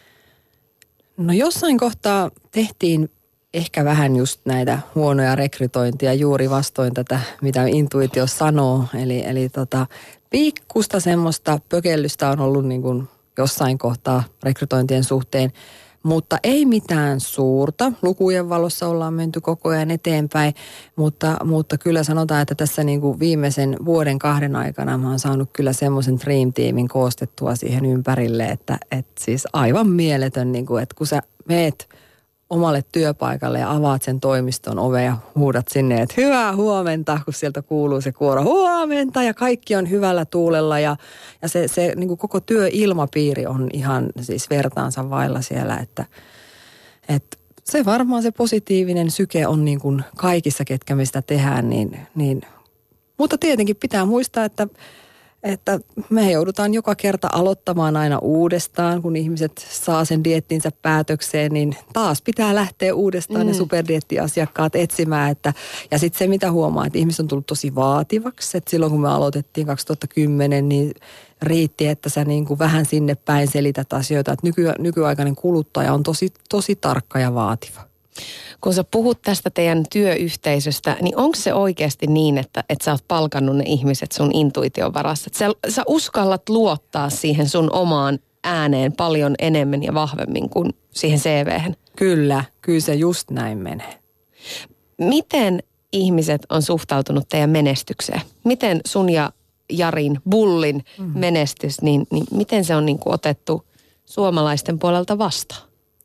No jossain kohtaa tehtiin ehkä vähän just näitä huonoja rekrytointia juuri vastoin tätä, mitä intuitio sanoo. Eli, eli tota, pikkusta semmoista pökellystä on ollut niin kuin jossain kohtaa rekrytointien suhteen, mutta ei mitään suurta. Lukujen valossa ollaan menty koko ajan eteenpäin, mutta, mutta kyllä sanotaan, että tässä niin kuin viimeisen vuoden kahden aikana mä oon saanut kyllä semmoisen Dream Teamin koostettua siihen ympärille, että, että siis aivan mieletön, niin kuin, että kun sä meet omalle työpaikalle ja avaat sen toimiston oven ja huudat sinne, että hyvää huomenta, kun sieltä kuuluu se kuoro huomenta ja kaikki on hyvällä tuulella ja, ja se, se niin kuin koko työilmapiiri on ihan siis vertaansa vailla siellä, että, että se varmaan se positiivinen syke on niin kuin kaikissa, ketkä me sitä tehdään, niin, niin mutta tietenkin pitää muistaa, että Että me joudutaan joka kerta aloittamaan aina uudestaan, kun ihmiset saa sen diettinsä päätökseen, niin taas pitää lähteä uudestaan mm. ne superdiettiasiakkaat etsimään. Että, ja sitten se, mitä huomaa, että ihmiset on tullut tosi vaativaksi. Että silloin, kun me aloitettiin kaksituhattakymmenen, niin riitti, että sä niin kuin vähän sinne päin selität asioita. Että nyky, nykyaikainen kuluttaja on tosi, tosi tarkka ja vaativa. Kun sä puhut tästä teidän työyhteisöstä, niin onko se oikeasti niin, että, että sä oot palkannut ne ihmiset sun intuition varassa? Että sä, sä uskallat luottaa siihen sun omaan ääneen paljon enemmän ja vahvemmin kuin siihen C V:hen? Kyllä, kyllä se just näin menee. Miten ihmiset on suhtautunut teidän menestykseen? Miten sun ja Jarin, Bullin mm-hmm. menestys, niin, niin miten se on niin kuin otettu suomalaisten puolelta vastaan?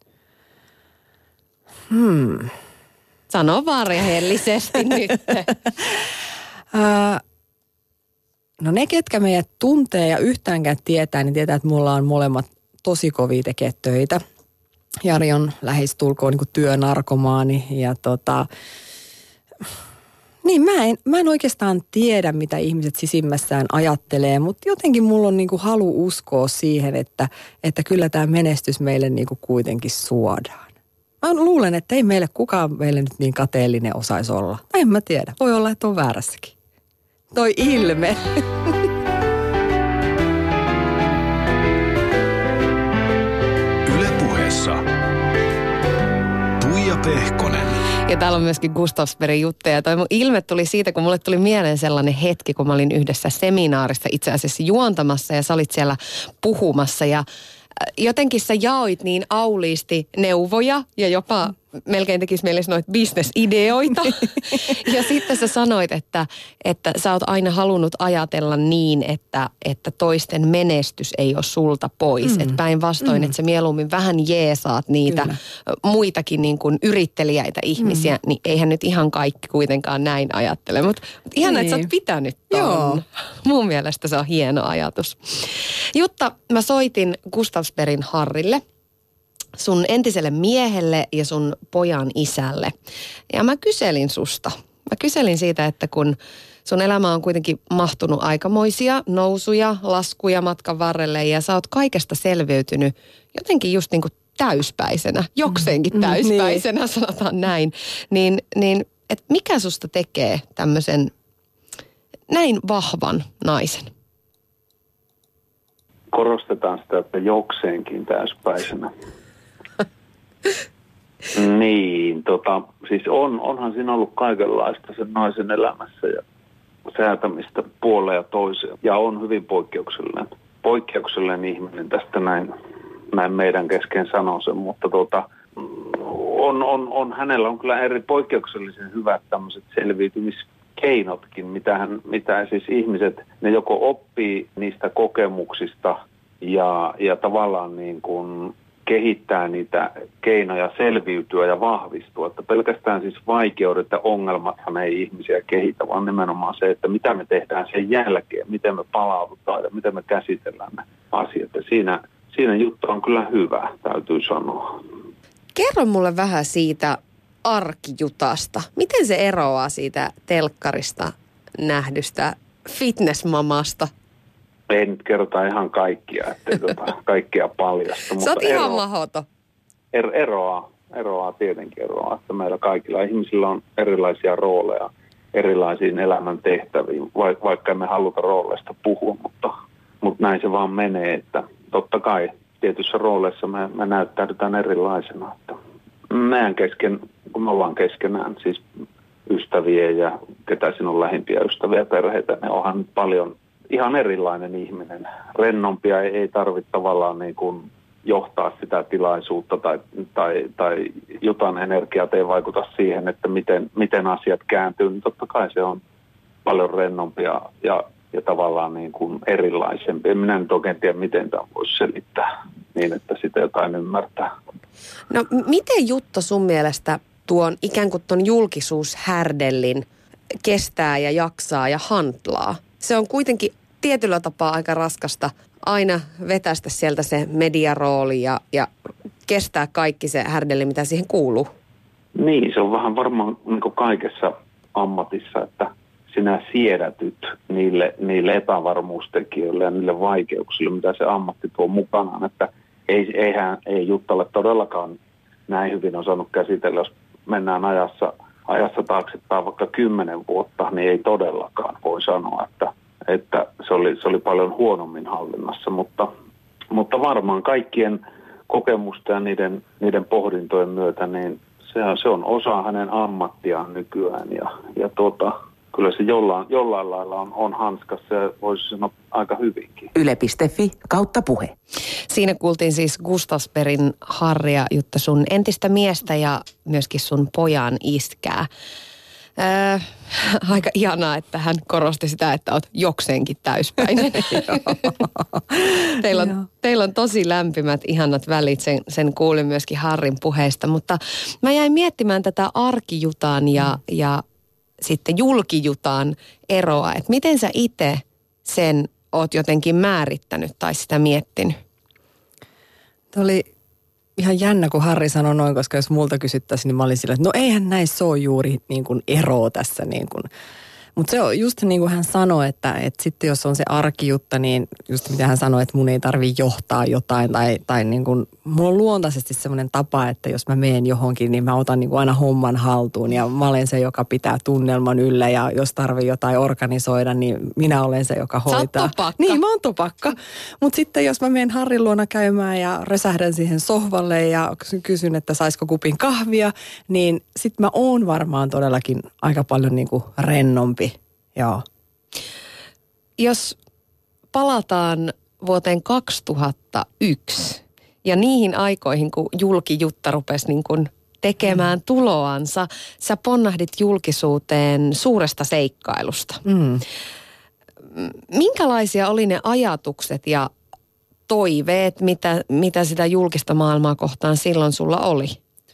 Hmm. Sano vaan rehellisesti nyt. No ne, ketkä meidät tuntee ja yhtäänkään tietää, niin tietää, että mulla on molemmat tosi kovia tekee töitä. Jari on lähestulkoon niin kuin työnarkomaani ja tota, Niin, mä en, mä en oikeastaan tiedä, mitä ihmiset sisimmässään ajattelee, mutta jotenkin mulla on niinku halu uskoa siihen, että, että kyllä tämä menestys meille niinku kuitenkin suodaan. Mä luulen, että ei meille kukaan meille nyt niin kateellinen osaisi olla. Tai en mä tiedä. Voi olla, että on väärässäkin. Toi ilme. Yle Puheessa Tuija Pehkonen. Ja täällä on myöskin Gustavsbergin juttuja. Toi mun ilme tuli siitä, kun mulle tuli mieleen sellainen hetki, kun mä olin yhdessä seminaarissa itse asiassa juontamassa ja sä olit siellä puhumassa. Ja jotenkin sä jaoit niin auliisti neuvoja ja jopa melkein tekisi mielessä noita bisnesideoita. Ja sitten sä sanoit, että, että sä oot aina halunnut ajatella niin, että, että toisten menestys ei ole sulta pois. Mm. Että päinvastoin, mm. että sä mieluummin vähän jeesaat niitä Kyllä. muitakin niin kuin yritteliäitä ihmisiä, mm. niin eihän nyt ihan kaikki kuitenkaan näin ajattele. Mutta mut ihana, niin. että sä oot pitänyt ton. Joo. Mun mielestä se on hieno ajatus. Jutta, mä soitin Gustavsbergin Harrille, sun entiselle miehelle ja sun pojan isälle. Ja mä kyselin susta. Mä kyselin siitä, että kun sun elämä on kuitenkin mahtunut aikamoisia nousuja, laskuja matkan varrelle ja sä oot kaikesta selviytynyt jotenkin just niin kuin täyspäisenä, jokseenkin täyspäisenä, mm, sanotaan näin. Niin, niin että mikä susta tekee tämmöisen näin vahvan naisen? Korostetaan sitä, että jokseenkin täyspäisenä. Niin, tota, siis on, onhan siinä ollut kaikenlaista sen naisen elämässä ja säätämistä puoleen ja toiseen. Ja on hyvin poikkeuksellinen, poikkeuksellinen ihminen, tästä näin, näin meidän kesken sanoo sen, mutta tota, on, on, on, hänellä on kyllä eri poikkeuksellisen hyvät tämmöiset selviytymiskeinotkin, mitä, hän, mitä siis ihmiset, ne joko oppii niistä kokemuksista ja, ja tavallaan niin kuin kehittää niitä keinoja selviytyä ja vahvistua. Että pelkästään siis vaikeudet ja ongelmathan ei ihmisiä kehitä, vaan nimenomaan se, että mitä me tehdään sen jälkeen, miten me palaudutaan ja miten me käsitellään ne asiat. Ja siinä, siinä juttu on kyllä hyvä, täytyy sanoa. Kerro mulle vähän siitä arkijutasta. Miten se eroaa siitä telkkarista nähdystä fitnessmamasta? Ei nyt kerrota ihan kaikkia, ettei tota kaikkea paljasta. Sä oot ihan mahdoton. Er, eroaa, eroaa tietenkin eroaa, että meillä kaikilla ihmisillä on erilaisia rooleja erilaisiin elämän tehtäviin, vaikka emme haluta rooleista puhua, mutta, mutta näin se vaan menee, että totta kai tietyissä rooleissa me, me näyttäydytään erilaisena, että meidän kesken, kun me ollaan keskenään, siis ystäviä ja ketä siinä on lähimpiä ystäviä ja perheitä, ne onhan paljon ihan erilainen ihminen. Rennompia ei, ei tarvitse tavallaan niin kuin johtaa sitä tilaisuutta tai, tai, tai Jutan energiat ei vaikuta siihen, että miten, miten asiat kääntyy. Niin totta kai se on paljon rennompia ja, ja tavallaan niin kuin erilaisempi. En minä nyt oikein tiedä, miten tämä voisi selittää niin, että sitä jotain ymmärtää. No miten Jutta sun mielestä tuon ikään kuin tuon julkisuushärdellin kestää ja jaksaa ja hantlaa? Se on kuitenkin tietyllä tapaa aika raskasta aina vetästä sieltä se mediarooli ja, ja kestää kaikki se härdelli, mitä siihen kuuluu. Niin, se on vähän varmaan niin kuin kaikessa ammatissa, että sinä siedätyt niille, niille epävarmuustekijöille ja niille vaikeuksille, mitä se ammatti tuo mukanaan. Että ei, eihän, ei Juttalle todellakaan näin hyvin osannut käsitellä, jos mennään ajassa, ajassa taaksepäin vaikka kymmenen vuotta, niin ei todellakaan voi sanoa, että että se oli, se oli paljon huonommin hallinnassa, mutta, mutta varmaan kaikkien kokemusta ja niiden, niiden pohdintojen myötä, niin se on, se on osa hänen ammattiaan nykyään ja, ja tuota, kyllä se jollain, jollain lailla on, on hanskassa ja voisi sanoa aika hyvinkin. Yle piste fi kautta puhe. Siinä kuultiin siis Gustavsbergin Harria, Jutta, sun entistä miestä ja myöskin sun pojan iskää. Öö, aika ihanaa, että hän korosti sitä, että oot jokseenkin täyspäinen. teillä, on, teillä on tosi lämpimät, ihanat välit, sen, sen kuulin myöskin Harrin puheesta. Mutta mä jäin miettimään tätä arkijutan ja, ja sitten julkijutan eroa. Että miten sä itse sen oot jotenkin määrittänyt tai sitä miettinyt? Tämä oli ihan jännä, kun Harri sanoi noin, koska jos multa kysyttäisiin, niin mä olin sillä, että no eihän näissä ole juuri niin kuin eroa tässä niin kuin. Mutta se on just niin kuin hän sanoi, että, että sitten jos on se arkijutta, niin just mitä hän sanoi, että mun ei tarvitse johtaa jotain. Tai, tai niin kuin, mulla on luontaisesti semmoinen tapa, että jos mä menen johonkin, niin mä otan niin kuin aina homman haltuun. Ja mä olen se, joka pitää tunnelman yllä ja jos tarvii jotain organisoida, niin minä olen se, joka hoitaa. Sä oot topakka. Niin, mä oon topakka. Mutta sitten jos mä menen Harrin luona käymään ja rösähdän siihen sohvalle ja kysyn, että saisiko kupin kahvia, niin sitten mä oon varmaan todellakin aika paljon niin kuin rennompi. Joo. Jos palataan vuoteen kaksituhattayksi ja niihin aikoihin, kun julkijutta rupesi niin kuin tekemään tuloansa, sä ponnahdit julkisuuteen suuresta seikkailusta. Mm. Minkälaisia oli ne ajatukset ja toiveet, mitä, mitä sitä julkista maailmaa kohtaan silloin sulla oli?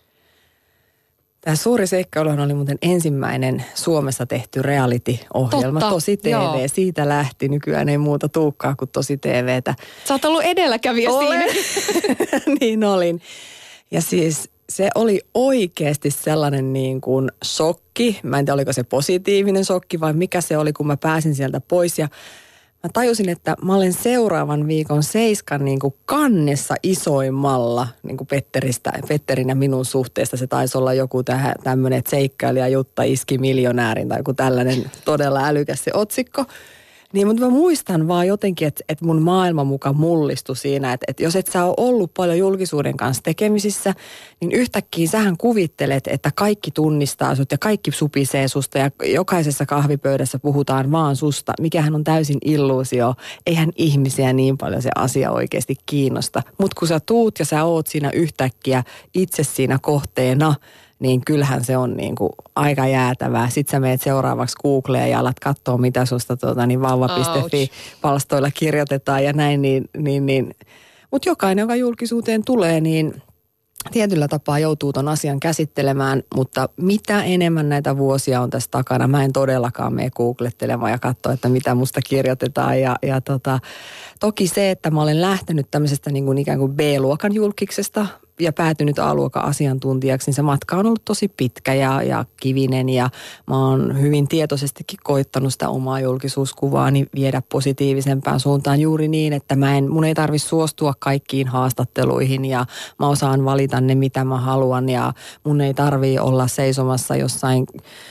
Tämä suuri seikkailuhan oli muuten ensimmäinen Suomessa tehty reality-ohjelma. Totta, Tosi T V. Joo. Siitä lähti. Nykyään ei muuta tuukkaa kuin Tosi T V:tä. Sä oot ollut edelläkävijä Olen. siinä. Niin olin. Ja siis se oli oikeasti sellainen niin kuin shokki. Mä en tiedä, oliko se positiivinen shokki vai mikä se oli, kun mä pääsin sieltä pois. Ja mä tajusin, että mä olen seuraavan viikon Seiskan niin kuin kannessa isoimmalla niin kuin Petteristä, Petterin ja minun suhteesta. Se taisi olla joku tämmöinen, että seikkailija Jutta iski miljonäärin tai joku tällainen todella älykäs se otsikko. Niin, mutta mä muistan vaan jotenkin, että, että mun maailma muka mullistui siinä, että, että jos et sä ole ollut paljon julkisuuden kanssa tekemisissä, niin yhtäkkiä sähän kuvittelet, että kaikki tunnistaa sut ja kaikki supisee susta ja jokaisessa kahvipöydässä puhutaan vaan susta, mikähän on täysin illuusio. Eihän ihmisiä niin paljon se asia oikeasti kiinnosta. Mutta kun sä tuut ja sä oot siinä yhtäkkiä itse siinä kohteena, niin kyllähän se on niin kuin aika jäätävää. Sitten sä meet seuraavaksi Googleen ja alat katsoa, mitä susta tuota, niin vauva piste fi-palstoilla kirjoitetaan ja näin. Niin, niin, niin. Mutta jokainen, joka julkisuuteen tulee, niin tietyllä tapaa joutuu ton asian käsittelemään. Mutta mitä enemmän näitä vuosia on tässä takana, mä en todellakaan mene googlettelemaan ja katsoa, että mitä musta kirjoitetaan. Ja, ja tota, toki se, että mä olen lähtenyt tämmöisestä niin kuin ikään kuin B-luokan julkiksesta ja päätynyt A-luokan asiantuntijaksi, niin se matka on ollut tosi pitkä ja, ja kivinen ja mä oon hyvin tietoisestikin koittanut sitä omaa julkisuuskuvaani viedä positiivisempään suuntaan juuri niin, että mä en, mun ei tarvitse suostua kaikkiin haastatteluihin ja mä osaan valita ne, mitä mä haluan ja mun ei tarvii olla seisomassa jossain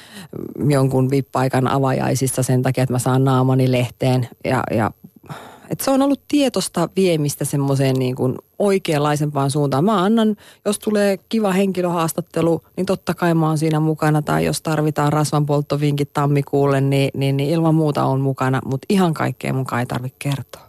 jonkun vippaikan avajaisissa sen takia, että mä saan naamani lehteen ja, ja että se on ollut tietoista viemistä semmoiseen niin kuin oikeanlaisempaan suuntaan. Mä annan, jos tulee kiva henkilöhaastattelu, niin totta kai mä oon siinä mukana. Tai jos tarvitaan rasvanpolttovinkit tammikuulle, niin, niin, niin ilman muuta on mukana. Mutta ihan kaikkea mun ei tarvitse kertoa.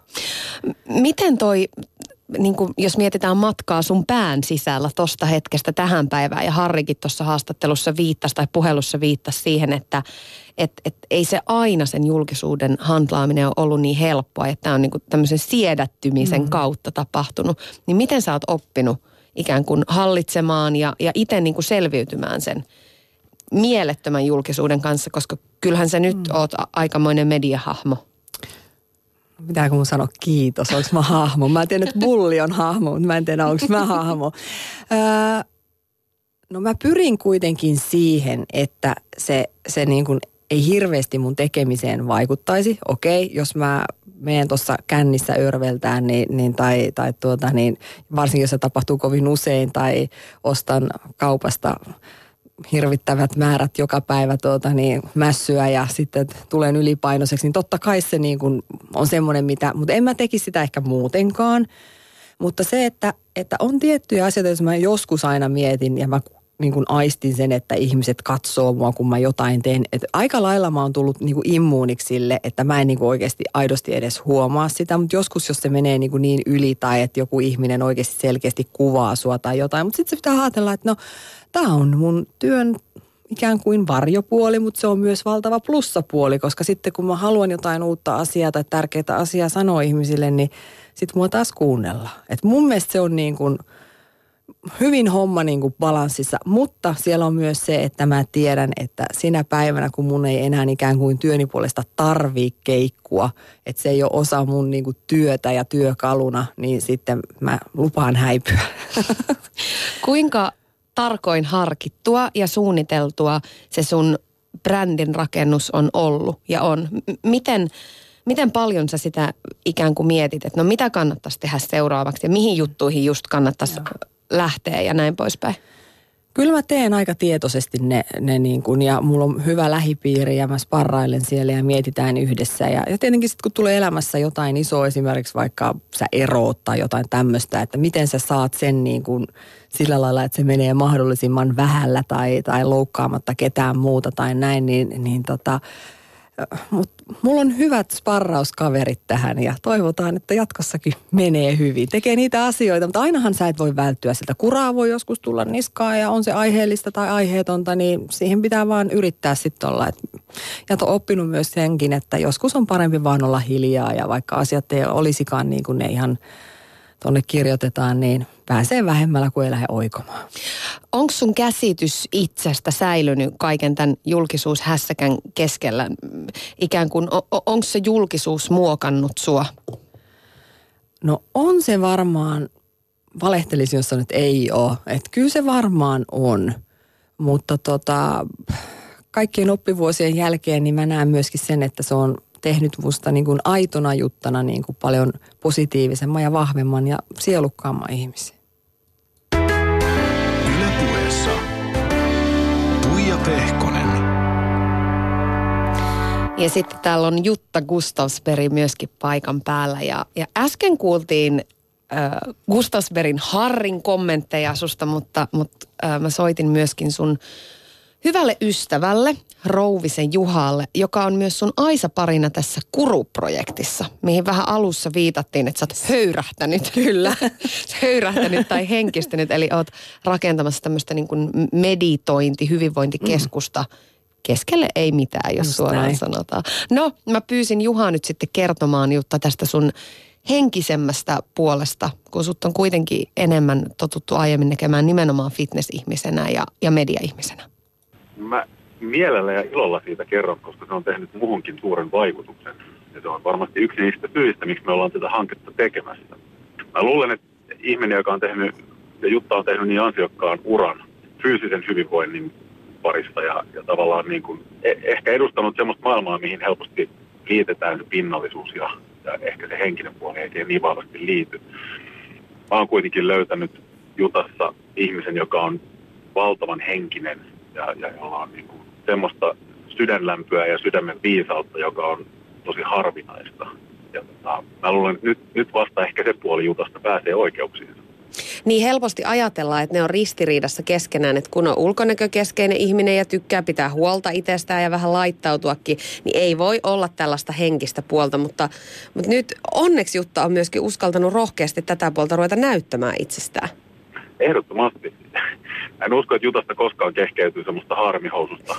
Miten toi, niin kuin jos mietitään matkaa sun pään sisällä tosta hetkestä tähän päivään, ja Harrikin tuossa haastattelussa viittasi tai puhelussa viittasi siihen, että et, et ei se aina sen julkisuuden handlaaminen ole ollut niin helppoa, että tämä on niin kuin tämmöisen siedättymisen mm. kautta tapahtunut. Niin miten sä oot oppinut ikään kuin hallitsemaan ja, ja itse niin kuin selviytymään sen mielettömän julkisuuden kanssa, koska kyllähän sä nyt mm. oot aikamoinen mediahahmo. Pitääkö mun sanoa kiitos, onko mä hahmo? Mä tiedän, että Bulli on hahmo, mutta mä en tiedä, onko mä hahmo. Öö, no mä pyrin kuitenkin siihen, että se, se niin kuin ei hirveästi mun tekemiseen vaikuttaisi. Okei, jos mä menen tuossa kännissä örveltään, niin, niin, tai, tai tuota, niin varsinkin jos se tapahtuu kovin usein, tai ostan kaupasta hirvittävät määrät joka päivä tuota, niin mässyä ja sitten tulen ylipainoiseksi, niin totta kai se niin kuin on semmoinen, mitä, mutta en mä tekisi sitä ehkä muutenkaan. Mutta se, että, että on tiettyjä asioita, jos mä joskus aina mietin ja mä niin kuin aistin sen, että ihmiset katsoo mua, kun mä jotain teen. Että aika lailla mä oon tullut niin kuin immuuniksi sille, että mä en niin kuin oikeasti aidosti edes huomaa sitä. Mutta joskus, jos se menee niin kuin niin yli tai että joku ihminen oikeasti selkeästi kuvaa sua tai jotain. Mutta sitten se pitää ajatella, että no tää on mun työn ikään kuin varjopuoli, mutta se on myös valtava plussapuoli. Koska sitten kun mä haluan jotain uutta asiaa tai tärkeää asiaa sanoa ihmisille, niin sit mua taas kuunnella. Että mun mielestä se on niin kuin hyvin homma niin kuin balanssissa, mutta siellä on myös se, että mä tiedän, että sinä päivänä, kun mun ei enää ikään kuin työni puolesta tarvii keikkua, että se ei ole osa mun niin kuin työtä ja työkaluna, niin sitten mä lupaan häipyä. Kuinka tarkoin harkittua ja suunniteltua se sun brändin rakennus on ollut ja on? M- miten, miten paljon sä sitä ikään kuin mietit, että no mitä kannattaisi tehdä seuraavaksi ja mihin juttuihin just kannattaisi Joo. lähteä ja näin poispäin? Kyllä mä teen aika tietoisesti ne, ne niin kuin, ja mulla on hyvä lähipiiri ja mä sparrailen siellä ja mietitään yhdessä. Ja, ja tietenkin sitten kun tulee elämässä jotain isoa, esimerkiksi vaikka sä eroot tai jotain tämmöistä, että miten sä saat sen niin kuin sillä lailla, että se menee mahdollisimman vähällä tai, tai loukkaamatta ketään muuta tai näin, niin, niin tota, mutta mulla on hyvät sparrauskaverit tähän ja toivotaan, että jatkossakin menee hyvin. Tekee niitä asioita, mutta ainahan sä et voi välttyä siltä. Kuraa voi joskus tulla niskaan ja on se aiheellista tai aiheetonta, niin siihen pitää vaan yrittää sitten olla. Ja oon oppinut myös senkin, että joskus on parempi vaan olla hiljaa ja vaikka asiat ei olisikaan niin kuin ne ihan tuonne kirjoitetaan, niin pääsee vähemmällä kuin ei lähde oikomaan. Onko sun käsitys itsestä säilynyt kaiken tämän julkisuushässäkän keskellä? Ikään kuin, onko se julkisuus muokannut sua? No on se varmaan, valehtelisin jos sanon, että ei ole. Että kyllä se varmaan on, mutta tota, kaikkien oppivuosien jälkeen niin mä näen myöskin sen, että se on tehnyt musta niin kuin aitona juttana niin kuin paljon positiivisemman ja vahvemman ja sielukkaamman ihmisen. Yle Puheessa Tuija Pehkonen. Ja sitten täällä on Jutta Gustavsberg myöskin paikan päällä. Ja, ja äsken kuultiin äh, Gustavsbergin Harrin kommentteja susta, mutta, mutta äh, mä soitin myöskin sun hyvälle ystävälle, Rouvisen Juhalle, joka on myös sun Aisa-parina tässä Kuru-projektissa, mihin vähän alussa viitattiin, että sä oot höyrähtänyt. Kyllä. höyrähtänyt tai henkistynyt, eli oot rakentamassa tämmöistä niin kuin meditointi, hyvinvointikeskusta. Mm. Keskelle ei mitään, jos Just suoraan näin. Sanotaan. No, mä pyysin Juhaa nyt sitten kertomaan Jutta tästä sun henkisemmästä puolesta, kun sut on kuitenkin enemmän totuttu aiemmin näkemään nimenomaan fitness-ihmisenä ja, ja media-ihmisenä. Mä mielellä ja ilolla siitä kerron, koska se on tehnyt muuhunkin suuren vaikutuksen. Ja se on varmasti yksi niistä syistä, miksi me ollaan tätä hanketta tekemässä. Mä luulen, että ihminen, joka on tehnyt, ja Jutta on tehnyt niin ansiokkaan uran fyysisen hyvinvoinnin parissa ja, ja tavallaan niin kuin, ehkä edustanut semmoista maailmaa, mihin helposti liitetään se pinnallisuus ja, ja ehkä se henkinen puoli ei siihen niin vahvasti liity. Mä oon kuitenkin löytänyt Jutassa ihmisen, joka on valtavan henkinen ja, ja jolla on niin kuin semmoista sydänlämpöä ja sydämen viisautta, joka on tosi harvinaista. Ja tota, mä luulen, että nyt, nyt vasta ehkä se puoli Jutasta pääsee oikeuksiinsa. Niin helposti ajatellaan, että ne on ristiriidassa keskenään, että kun on ulkonäkökeskeinen ihminen ja tykkää pitää huolta itsestään ja vähän laittautuakin, niin ei voi olla tällaista henkistä puolta, mutta, mutta nyt onneksi Jutta on myöskin uskaltanut rohkeasti tätä puolta ruveta näyttämään itsestään. Ehdottomasti. En usko, että Jutasta koskaan kehkeytyy semmoista harmihoususta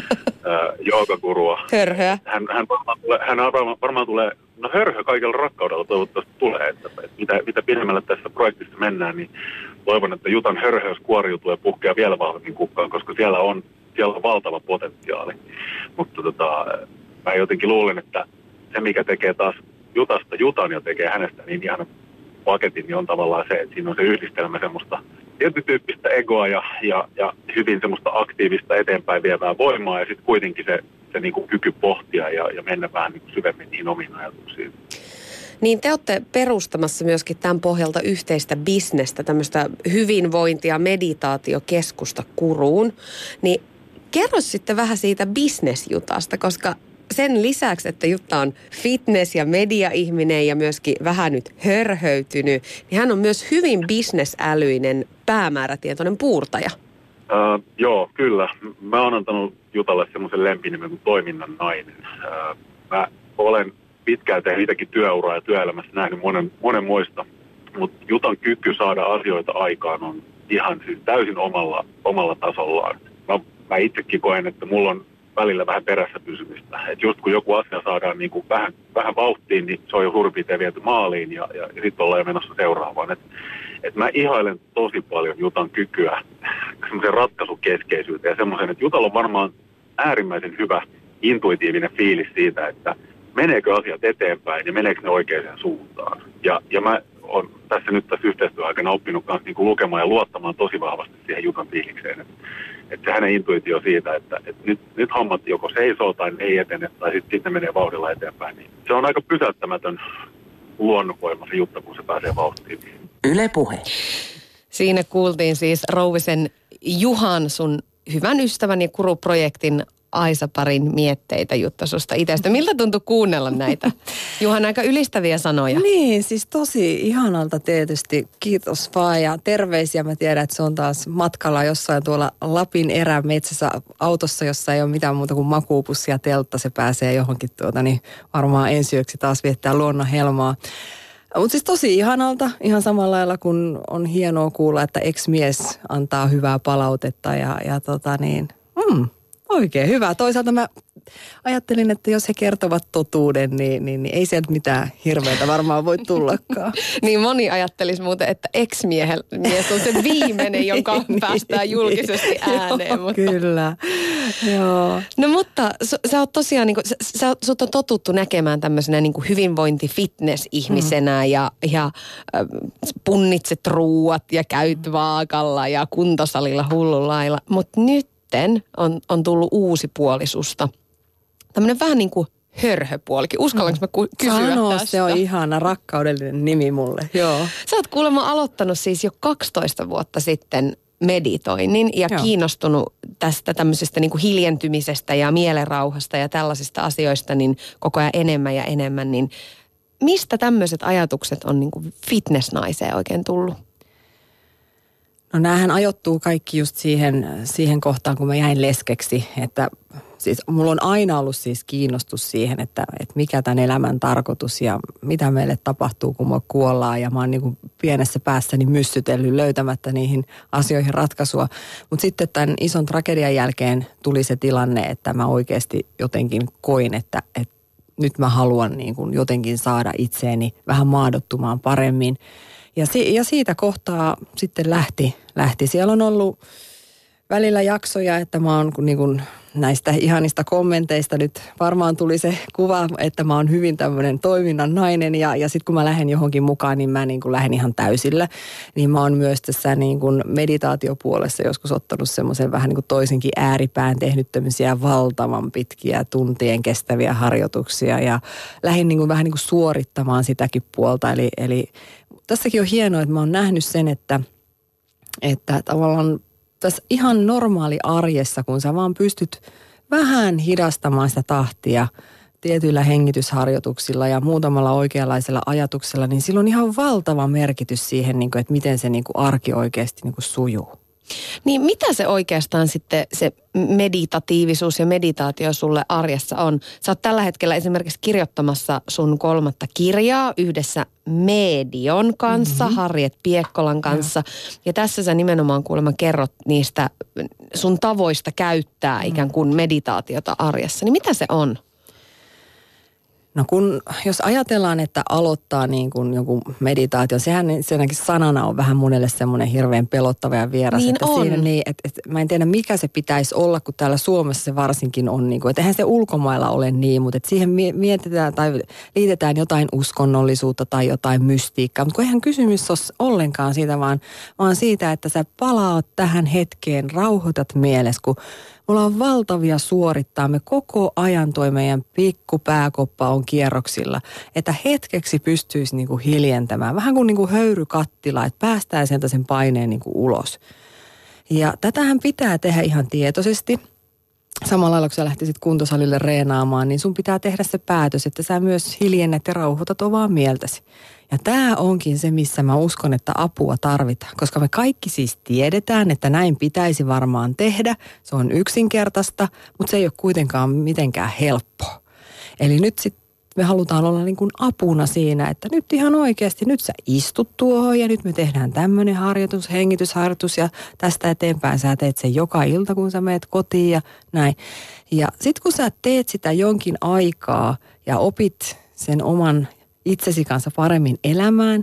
joogakurua. Hörhöä. Hän, hän, varmaan, tulee, hän varmaan, varmaan tulee, no hörhö kaikella rakkaudella toivottavasti tulee, että, että mitä, mitä pidemmällä tässä projektissa mennään, niin toivon, että Jutan hörhöys kuoriutuu ja puhkeaa vielä vahvemmin kukkaan, koska siellä on, siellä on valtava potentiaali. Mutta tota, mä jotenkin luulen, että se mikä tekee taas Jutasta Jutan ja tekee hänestä niin ihan paketin, niin on tavallaan se, että siinä on se yhdistelmä semmoista tietytyyppistä egoa ja, ja, ja hyvin semmoista aktiivista eteenpäin vievää voimaa ja sitten kuitenkin se, se niin kuin kyky pohtia ja, ja mennä vähän niin kuin syvemmin niihin omiin ajatuksiin. Niin te olette perustamassa myöskin tämän pohjalta yhteistä bisnestä, tämmöistä hyvinvointia, meditaatiokeskusta Kuruun. Niin kerro sitten vähän siitä bisnesjutasta, koska sen lisäksi, että Jutta on fitness- ja media-ihminen ja myöskin vähän nyt hörhöytynyt, niin hän on myös hyvin bisnesälyinen, päämäärätietoinen puurtaja. Uh, joo, kyllä. Mä oon antanut Jutalle semmoisen lempinimen kuin toiminnan nainen. Uh, mä olen pitkään tehnyt itsekin työuraa ja työelämässä nähnyt monen, monen muista, mutta Jutan kyky saada asioita aikaan on ihan siis täysin omalla, omalla tasollaan. Mä, mä itsekin koen, että mulla on välillä vähän perässä pysymistä. Että just kun joku asia saadaan niin kuin vähän, vähän vauhtiin, niin se on jo suurin piirtein viety maaliin ja, ja, ja sitten ollaan jo menossa seuraavaan. Et, että mä ihailen tosi paljon Jutan kykyä semmoisen ratkaisukeskeisyyteen ja semmoisen, että Jutalla on varmaan äärimmäisen hyvä intuitiivinen fiilis siitä, että meneekö asiat eteenpäin ja meneekö ne oikeaan suuntaan. Ja, ja mä oon tässä nyt tässä yhteistyöaikana oppinut kanssa niin kuin lukemaan ja luottamaan tosi vahvasti siihen Jutan fiilikseen. Että, että se hänen intuitio siitä, että, että nyt, nyt hommat joko seisoo tai ei etene tai sitten sit ne menee vauhdilla eteenpäin. Niin se on aika pysäyttämätön luonnonvoima se Jutta, kun se pääsee vauhtiin. Yle Puhe. Siinä kuultiin siis Rouvisen Juhan, sun hyvän ystävän ja Kuru-projektin Aisa-parin mietteitä, Jutta, susta itsestä. Miltä tuntui kuunnella näitä? Juhan, aika ylistäviä sanoja. Niin, siis tosi ihanalta tietysti. Kiitos vaan ja terveisiä. Mä tiedän, että se on taas matkalla jossain tuolla Lapin erämetsässä autossa, jossa ei ole mitään muuta kuin makuupussi ja teltta. Se pääsee johonkin tuota, niin varmaan ensi yöksi taas viettää luonnon helmaa. Mutta siis tosi ihanalta, ihan samalla lailla kun on hienoa kuulla, että ex-mies antaa hyvää palautetta ja, ja tota niin, mm, oikein hyvä. Toisaalta mä ajattelin, että jos he kertovat totuuden, niin, niin, niin ei sieltä mitään hirveätä varmaan voi tullakaan. Niin moni ajattelisi muuten, että ex-mies on se viimeinen, jonka niin, päästään julkisesti ääneen. Joo, mutta... Kyllä, joo. No mutta sä oot tosiaan, niin kuin, sä, sä, sut on totuttu näkemään tämmöisenä niin kuin hyvinvointi-fitness-ihmisenä mm. ja, ja äh, punnitset ruuat ja käyt vaakalla ja kuntosalilla hullulailla. Mutta nytten on, on tullut uusi puoli susta. Tämmöinen vähän niin kuin hörhöpuolikin. Uskallanko mä ku- kysyä Sano, tästä? se on ihana rakkaudellinen nimi mulle. Joo. Sä oot kuulemma aloittanut siis jo kaksitoista vuotta sitten meditoinnin ja Joo. kiinnostunut tästä tämmöisestä niin kuin hiljentymisestä ja mielenrauhasta ja tällaisista asioista niin koko ajan enemmän ja enemmän. Niin mistä tämmöiset ajatukset on niin kuin fitness-naiseen oikein tullut? No näähän ajoittuu kaikki just siihen, siihen kohtaan, kun mä jäin leskeksi, että siis mulla on aina ollut siis kiinnostus siihen, että, että mikä tämän elämän tarkoitus ja mitä meille tapahtuu, kun me kuollaan. Ja mä oon niin kuin pienessä päässäni myssytellyt löytämättä niihin asioihin ratkaisua. Mutta sitten tämän ison tragedian jälkeen tuli se tilanne, että mä oikeasti jotenkin koin, että, että nyt mä haluan niin kuin jotenkin saada itseeni vähän maadottumaan paremmin. Ja, si- ja siitä kohtaa sitten lähti, lähti. Siellä on ollut välillä jaksoja, että mä oon niin kuin näistä ihanista kommenteista nyt varmaan tuli se kuva, että mä oon hyvin tämmöinen toiminnan nainen ja, ja sitten kun mä lähden johonkin mukaan, niin mä niin kuin lähden ihan täysillä. Niin mä oon myös tässä niin kuin meditaatiopuolessa joskus ottanut semmoisen vähän niin kuin toisenkin ääripään, tehnyt tämmöisiä valtavan pitkiä tuntien kestäviä harjoituksia ja lähdin niin kuin vähän niin kuin suorittamaan sitäkin puolta. Eli, eli tässäkin on hienoa, että mä oon nähnyt sen, että, että tavallaan tässä ihan normaali arjessa, kun sä vaan pystyt vähän hidastamaan sitä tahtia tietyillä hengitysharjoituksilla ja muutamalla oikeanlaisella ajatuksella, niin sillä on ihan valtava merkitys siihen, että miten se arki oikeasti sujuu. Niin mitä se oikeastaan sitten se meditatiivisuus ja meditaatio sulle arjessa on? Sä oot tällä hetkellä esimerkiksi kirjoittamassa sun kolmatta kirjaa yhdessä Medion kanssa, mm-hmm. Harriet Piekkolan kanssa. Ja. ja tässä sä nimenomaan kuulemma kerrot niistä sun tavoista käyttää mm. ikään kuin meditaatiota arjessa. Niin mitä se on? No kun, jos ajatellaan, että aloittaa niin kuin jonkun meditaation, sehän senäkin sanana on vähän monelle semmoinen hirveän pelottava ja vieras. Niin että on. Siinä, niin, että, että mä en tiedä mikä se pitäisi olla, kun täällä Suomessa se varsinkin on niin kuin, että eihän se ulkomailla ole niin, mutta että siihen mietitään tai liitetään jotain uskonnollisuutta tai jotain mystiikkaa. Mutta kun eihän kysymys ole ollenkaan siitä, vaan, vaan siitä, että sä palaat tähän hetkeen, rauhoitat mielessä, kun mulla on valtavia suorittaa. Me koko ajan toi meidän pikku pääkoppa on kierroksilla, että hetkeksi pystyisi niinku hiljentämään. Vähän kuin niinku höyrykattila, että päästään sieltä sen paineen niinku ulos. Ja tätähän pitää tehdä ihan tietoisesti. Samalla lailla, kun sä lähtisit kuntosalille reenaamaan, niin sun pitää tehdä se päätös, että sä myös hiljennät ja rauhoitat omaa mieltäsi. Ja tämä onkin se, missä mä uskon, että apua tarvitaan, koska me kaikki siis tiedetään, että näin pitäisi varmaan tehdä. Se on yksinkertaista, mutta se ei ole kuitenkaan mitenkään helppoa. Eli nyt sitten me halutaan olla niin kuin apuna siinä, että nyt ihan oikeasti, nyt sä istut tuohon ja nyt me tehdään tämmöinen harjoitus, hengitysharjoitus ja tästä eteenpäin sä teet sen joka ilta, kun sä meet kotiin ja näin. Ja sitten kun sä teet sitä jonkin aikaa ja opit sen oman itsesi kanssa paremmin elämään,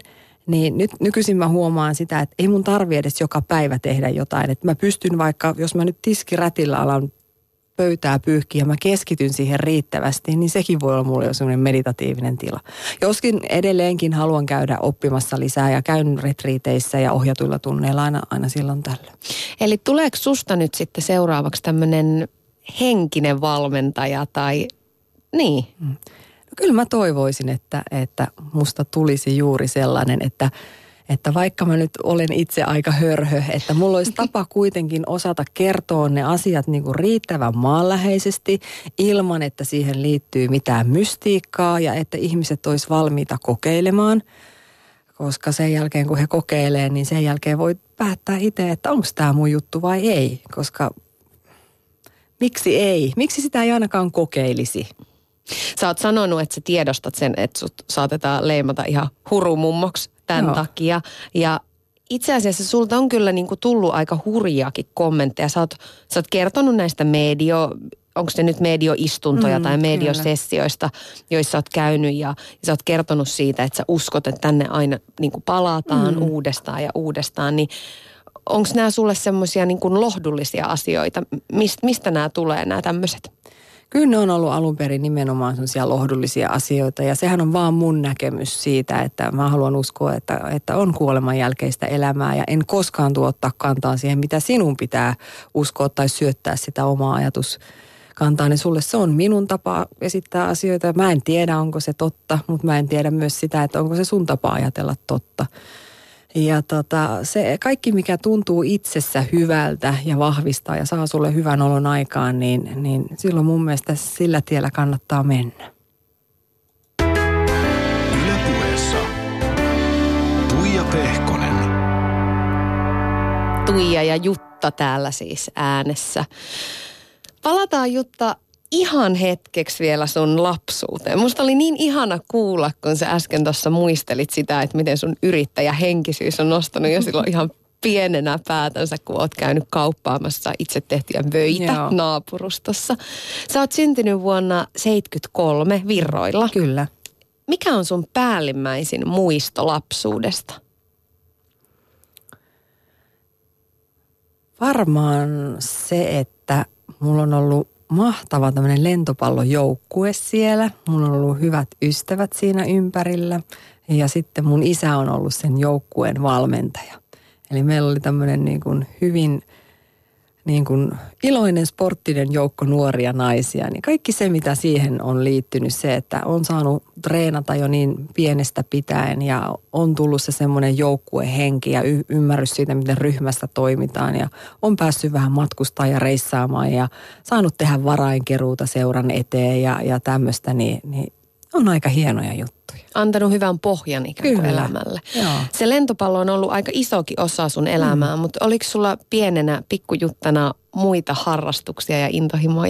Niin nyt nykyisin mä huomaan sitä, että ei mun tarvi edes joka päivä tehdä jotain. Että mä pystyn vaikka, jos mä nyt tiskirätillä alan pöytää pyyhkiä ja mä keskityn siihen riittävästi, niin sekin voi olla mulle jo semmoinen meditatiivinen tila. Joskin edelleenkin haluan käydä oppimassa lisää ja käyn retriiteissä ja ohjatuilla tunneilla aina, aina silloin tällä. Eli tuleeko susta nyt sitten seuraavaksi tämmöinen henkinen valmentaja tai niin? No kyllä mä toivoisin, että, että musta tulisi juuri sellainen, että Että vaikka mä nyt olen itse aika hörhö, että mulla olisi tapa kuitenkin osata kertoa ne asiat niin kuin riittävän maanläheisesti ilman, että siihen liittyy mitään mystiikkaa ja että ihmiset olisi valmiita kokeilemaan. Koska sen jälkeen kun he kokeilee, niin sen jälkeen voi päättää itse, että onko tämä mun juttu vai ei. Koska miksi ei? Miksi sitä ei ainakaan kokeilisi? Sä oot sanonut, että sä tiedostat sen, että sut saatetaan leimata ihan hurumummoksi tämän Joo. takia. Ja itse asiassa sulta on kyllä niinku tullut aika hurjaakin kommentteja. Sä oot, sä oot kertonut näistä medio, onko se nyt medioistuntoja mm, tai mediosessioista, joissa oot käynyt ja, ja sä oot kertonut siitä, että sä uskot, että tänne aina niinku palataan mm. uudestaan ja uudestaan. Niin onko nämä sulle semmoisia niinku lohdullisia asioita? Mist, mistä nämä tulee, nämä tämmöiset? Kyllä ne on ollut alun perin nimenomaan sellaisia lohdullisia asioita ja sehän on vaan mun näkemys siitä, että mä haluan uskoa, että, että on kuoleman jälkeistä elämää ja en koskaan tuottaa kantaa siihen, mitä sinun pitää uskoa tai syöttää sitä omaa ajatuskantaa. Niin sulle se on minun tapa esittää asioita. Mä en tiedä, onko se totta, mutta mä en tiedä myös sitä, että onko se sun tapa ajatella totta. Ja tota, se kaikki, mikä tuntuu itsessä hyvältä ja vahvistaa ja saa sulle hyvän olon aikaan, niin, niin silloin mun mielestä sillä tiellä kannattaa mennä. Yle Puheessa Tuija Pehkonen. Tuija ja Jutta täällä siis äänessä. Palataan Jutta ihan hetkeksi vielä sun lapsuuteen. Musta oli niin ihana kuulla, kun sä äsken tuossa muistelit sitä, että miten sun yrittäjähenkisyys on nostanut jo silloin ihan pienenä päätänsä, kun oot käynyt kauppaamassa itse tehtyjä vöitä Joo. naapurustossa. Sä oot syntynyt vuonna seitsemänkymmentäkolme Virroilla. Kyllä. Mikä on sun päällimmäisin muisto lapsuudesta? Varmaan se, että mulla on ollut mahtava tämmöinen lentopallojoukkue siellä. Mulla on ollut hyvät ystävät siinä ympärillä ja sitten mun isä on ollut sen joukkueen valmentaja. Eli meillä oli tämmöinen niin kuin hyvin niin kuin iloinen sporttinen joukko nuoria naisia. Niin kaikki se, mitä siihen on liittynyt, se, että on saanut treenata jo niin pienestä pitäen ja on tullut se semmoinen joukkuehenki ja y- ymmärrys siitä, miten ryhmästä toimitaan. Ja on päässyt vähän matkustaa ja reissaamaan ja saanut tehdä varainkeruuta seuran eteen ja, ja tämmöistä, niin, niin on aika hienoja juttuja. Antanut hyvän pohjan ikään kuin elämälle. Joo. Se lentopallo on ollut aika isokin osa sun elämää, mm. mutta oliko sulla pienenä pikkujuttana muita harrastuksia ja intohimoja?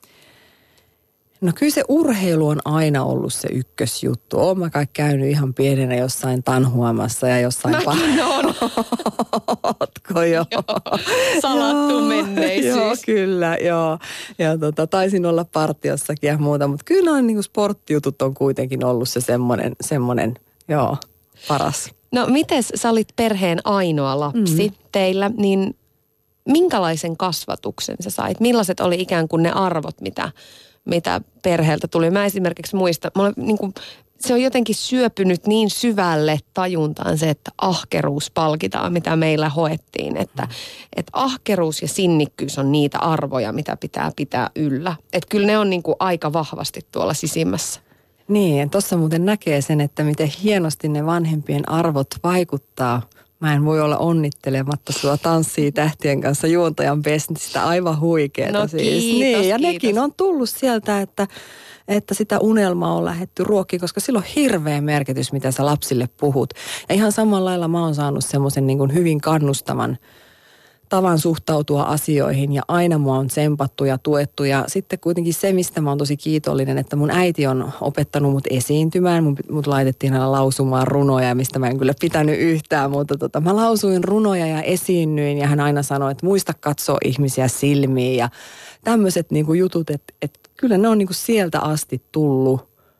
No kyllä se urheilu on aina ollut se ykkösjuttu. Oon mä kai käynyt ihan pienenä jossain tanhuamassa ja jossain... Mäkin on. Ootko jo? Joo, salattu menneisyys. Joo, kyllä, joo. Ja tota, taisin olla partiossakin ja muuta, mutta kyllä noin niin kuin sporttijutut on kuitenkin ollut se semmoinen, semmoinen, joo, paras. No mites sä olit perheen ainoa lapsi mm. teillä, niin minkälaisen kasvatuksen sä sait? Millaiset oli ikään kuin ne arvot, mitä... mitä perheeltä tuli. Mä esimerkiksi muistan, mä olen, niin kuin, se on jotenkin syöpynyt niin syvälle tajuntaan se, että ahkeruus palkitaan, mitä meillä hoettiin. Että, mm. että ahkeruus ja sinnikkyys on niitä arvoja, mitä pitää pitää yllä. Että kyllä ne on niin kuin aika vahvasti tuolla sisimmässä. Niin, tuossa muuten näkee sen, että miten hienosti ne vanhempien arvot vaikuttaa. Mä en voi olla onnittelematta sua Tanssii tähtien kanssa juontajan bestistä. Aivan huikeeta no, siis. Kiitos, niin, ja kiitos. nekin on tullut sieltä, että, että sitä unelmaa on lähdetty ruokkiin, koska sillä on hirveä merkitys, mitä sä lapsille puhut. Ja ihan samalla lailla mä oon saanut semmoisen niin kuin hyvin kannustavan tavan suhtautua asioihin ja aina mua on tsempattu ja tuettu ja sitten kuitenkin se, mistä mä oon tosi kiitollinen, että mun äiti on opettanut mut esiintymään, mut, mut laitettiin aina lausumaan runoja, mistä mä en kyllä pitänyt yhtään, mutta tota, mä lausuin runoja ja esiinnyin ja hän aina sanoi, että muista katsoa ihmisiä silmiin ja tämmöiset niinku jutut, että, että kyllä ne on niinku sieltä asti tullut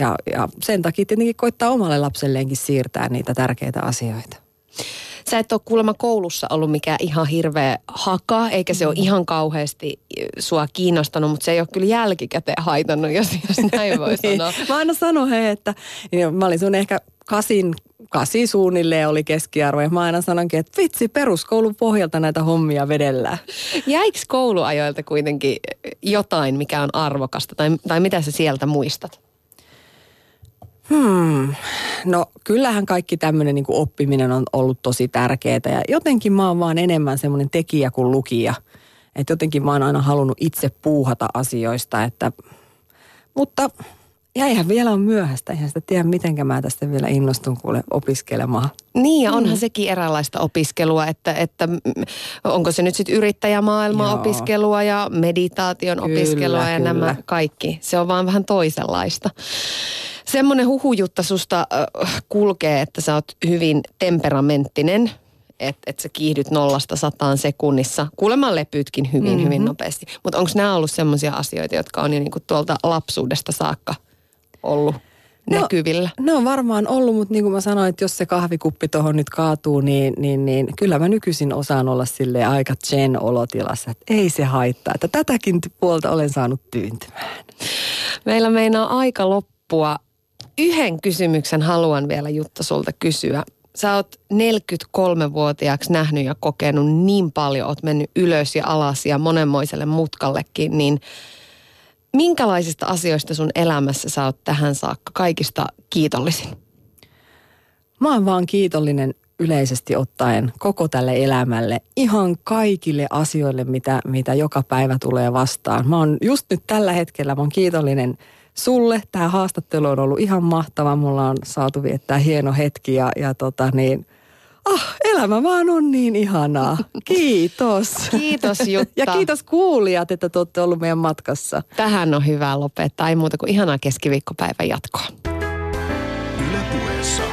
Ja, ja sen takia tietenkin koittaa omalle lapselleenkin siirtää niitä tärkeitä asioita. Sä et ole kuulemma koulussa ollut mikään ihan hirveä haka, eikä se ole ihan kauheasti sua kiinnostanut, mutta se ei ole kyllä jälkikäteen haitannut, jos, jos näin voi niin. sanoa. Mä aina sanon he, että mä olin sun ehkä kasin, kasi suunnilleen oli keskiarvo ja mä aina sanonkin, että vitsi, peruskoulun pohjalta näitä hommia vedellään. Jäikö kouluajoilta kuitenkin jotain, mikä on arvokasta tai, tai mitä sä sieltä muistat? Hmm. No kyllähän kaikki tämmöinen niin kuin oppiminen on ollut tosi tärkeää ja jotenkin mä oon vaan enemmän semmoinen tekijä kuin lukija. Että jotenkin mä oon aina halunnut itse puuhata asioista, että, mutta jäihän vielä on myöhäistä. Eihän sitä tiedä, mitenkä mä tästä vielä innostun kuule opiskelemaan. Niin ja onhan mm. sekin eräänlaista opiskelua, että, että onko se nyt sitten yrittäjämaailman Joo. opiskelua ja meditaation kyllä, opiskelua ja kyllä. Nämä kaikki. Se on vaan vähän toisenlaista. Semmoinen huhujutta susta äh, kulkee, että sä oot hyvin temperamenttinen, että et sä kiihdyt nollasta sataan sekunnissa. Kuulemma lepyytkin hyvin, mm-hmm. hyvin nopeasti. Mutta onko nämä ollut semmoisia asioita, jotka on jo niinku tuolta lapsuudesta saakka ollut no, näkyvillä? Ne on varmaan ollut, mutta niin kuin mä sanoin, että jos se kahvikuppi tuohon nyt kaatuu, niin, niin, niin kyllä mä nykyisin osaan olla silleen aika zen-olotilassa. Että ei se haittaa, että tätäkin puolta olen saanut tyyntymään. Meillä meinaa aika loppua. Yhden kysymyksen haluan vielä Jutta sulta kysyä. Sä oot neljäkymmentäkolmevuotiaaksi nähnyt ja kokenut niin paljon, oot mennyt ylös ja alas ja monenmoiselle mutkallekin, niin minkälaisista asioista sun elämässä sä oot tähän saakka kaikista kiitollisin? Mä oon vaan kiitollinen yleisesti ottaen koko tälle elämälle, ihan kaikille asioille, mitä, mitä joka päivä tulee vastaan. Mä oon just nyt tällä hetkellä, mä oon kiitollinen sulle. Tämä haastattelu on ollut ihan mahtava. Mulla on saatu viettää hieno hetki ja, ja tota niin, ah, elämä vaan on niin ihanaa. Kiitos. Kiitos Jutta. Ja kiitos kuulijat, että te olette ollut meidän matkassa. Tähän on hyvä lopettaa. Ei muuta kuin ihanaa keskiviikkopäivän jatkoa. Yle Puheessa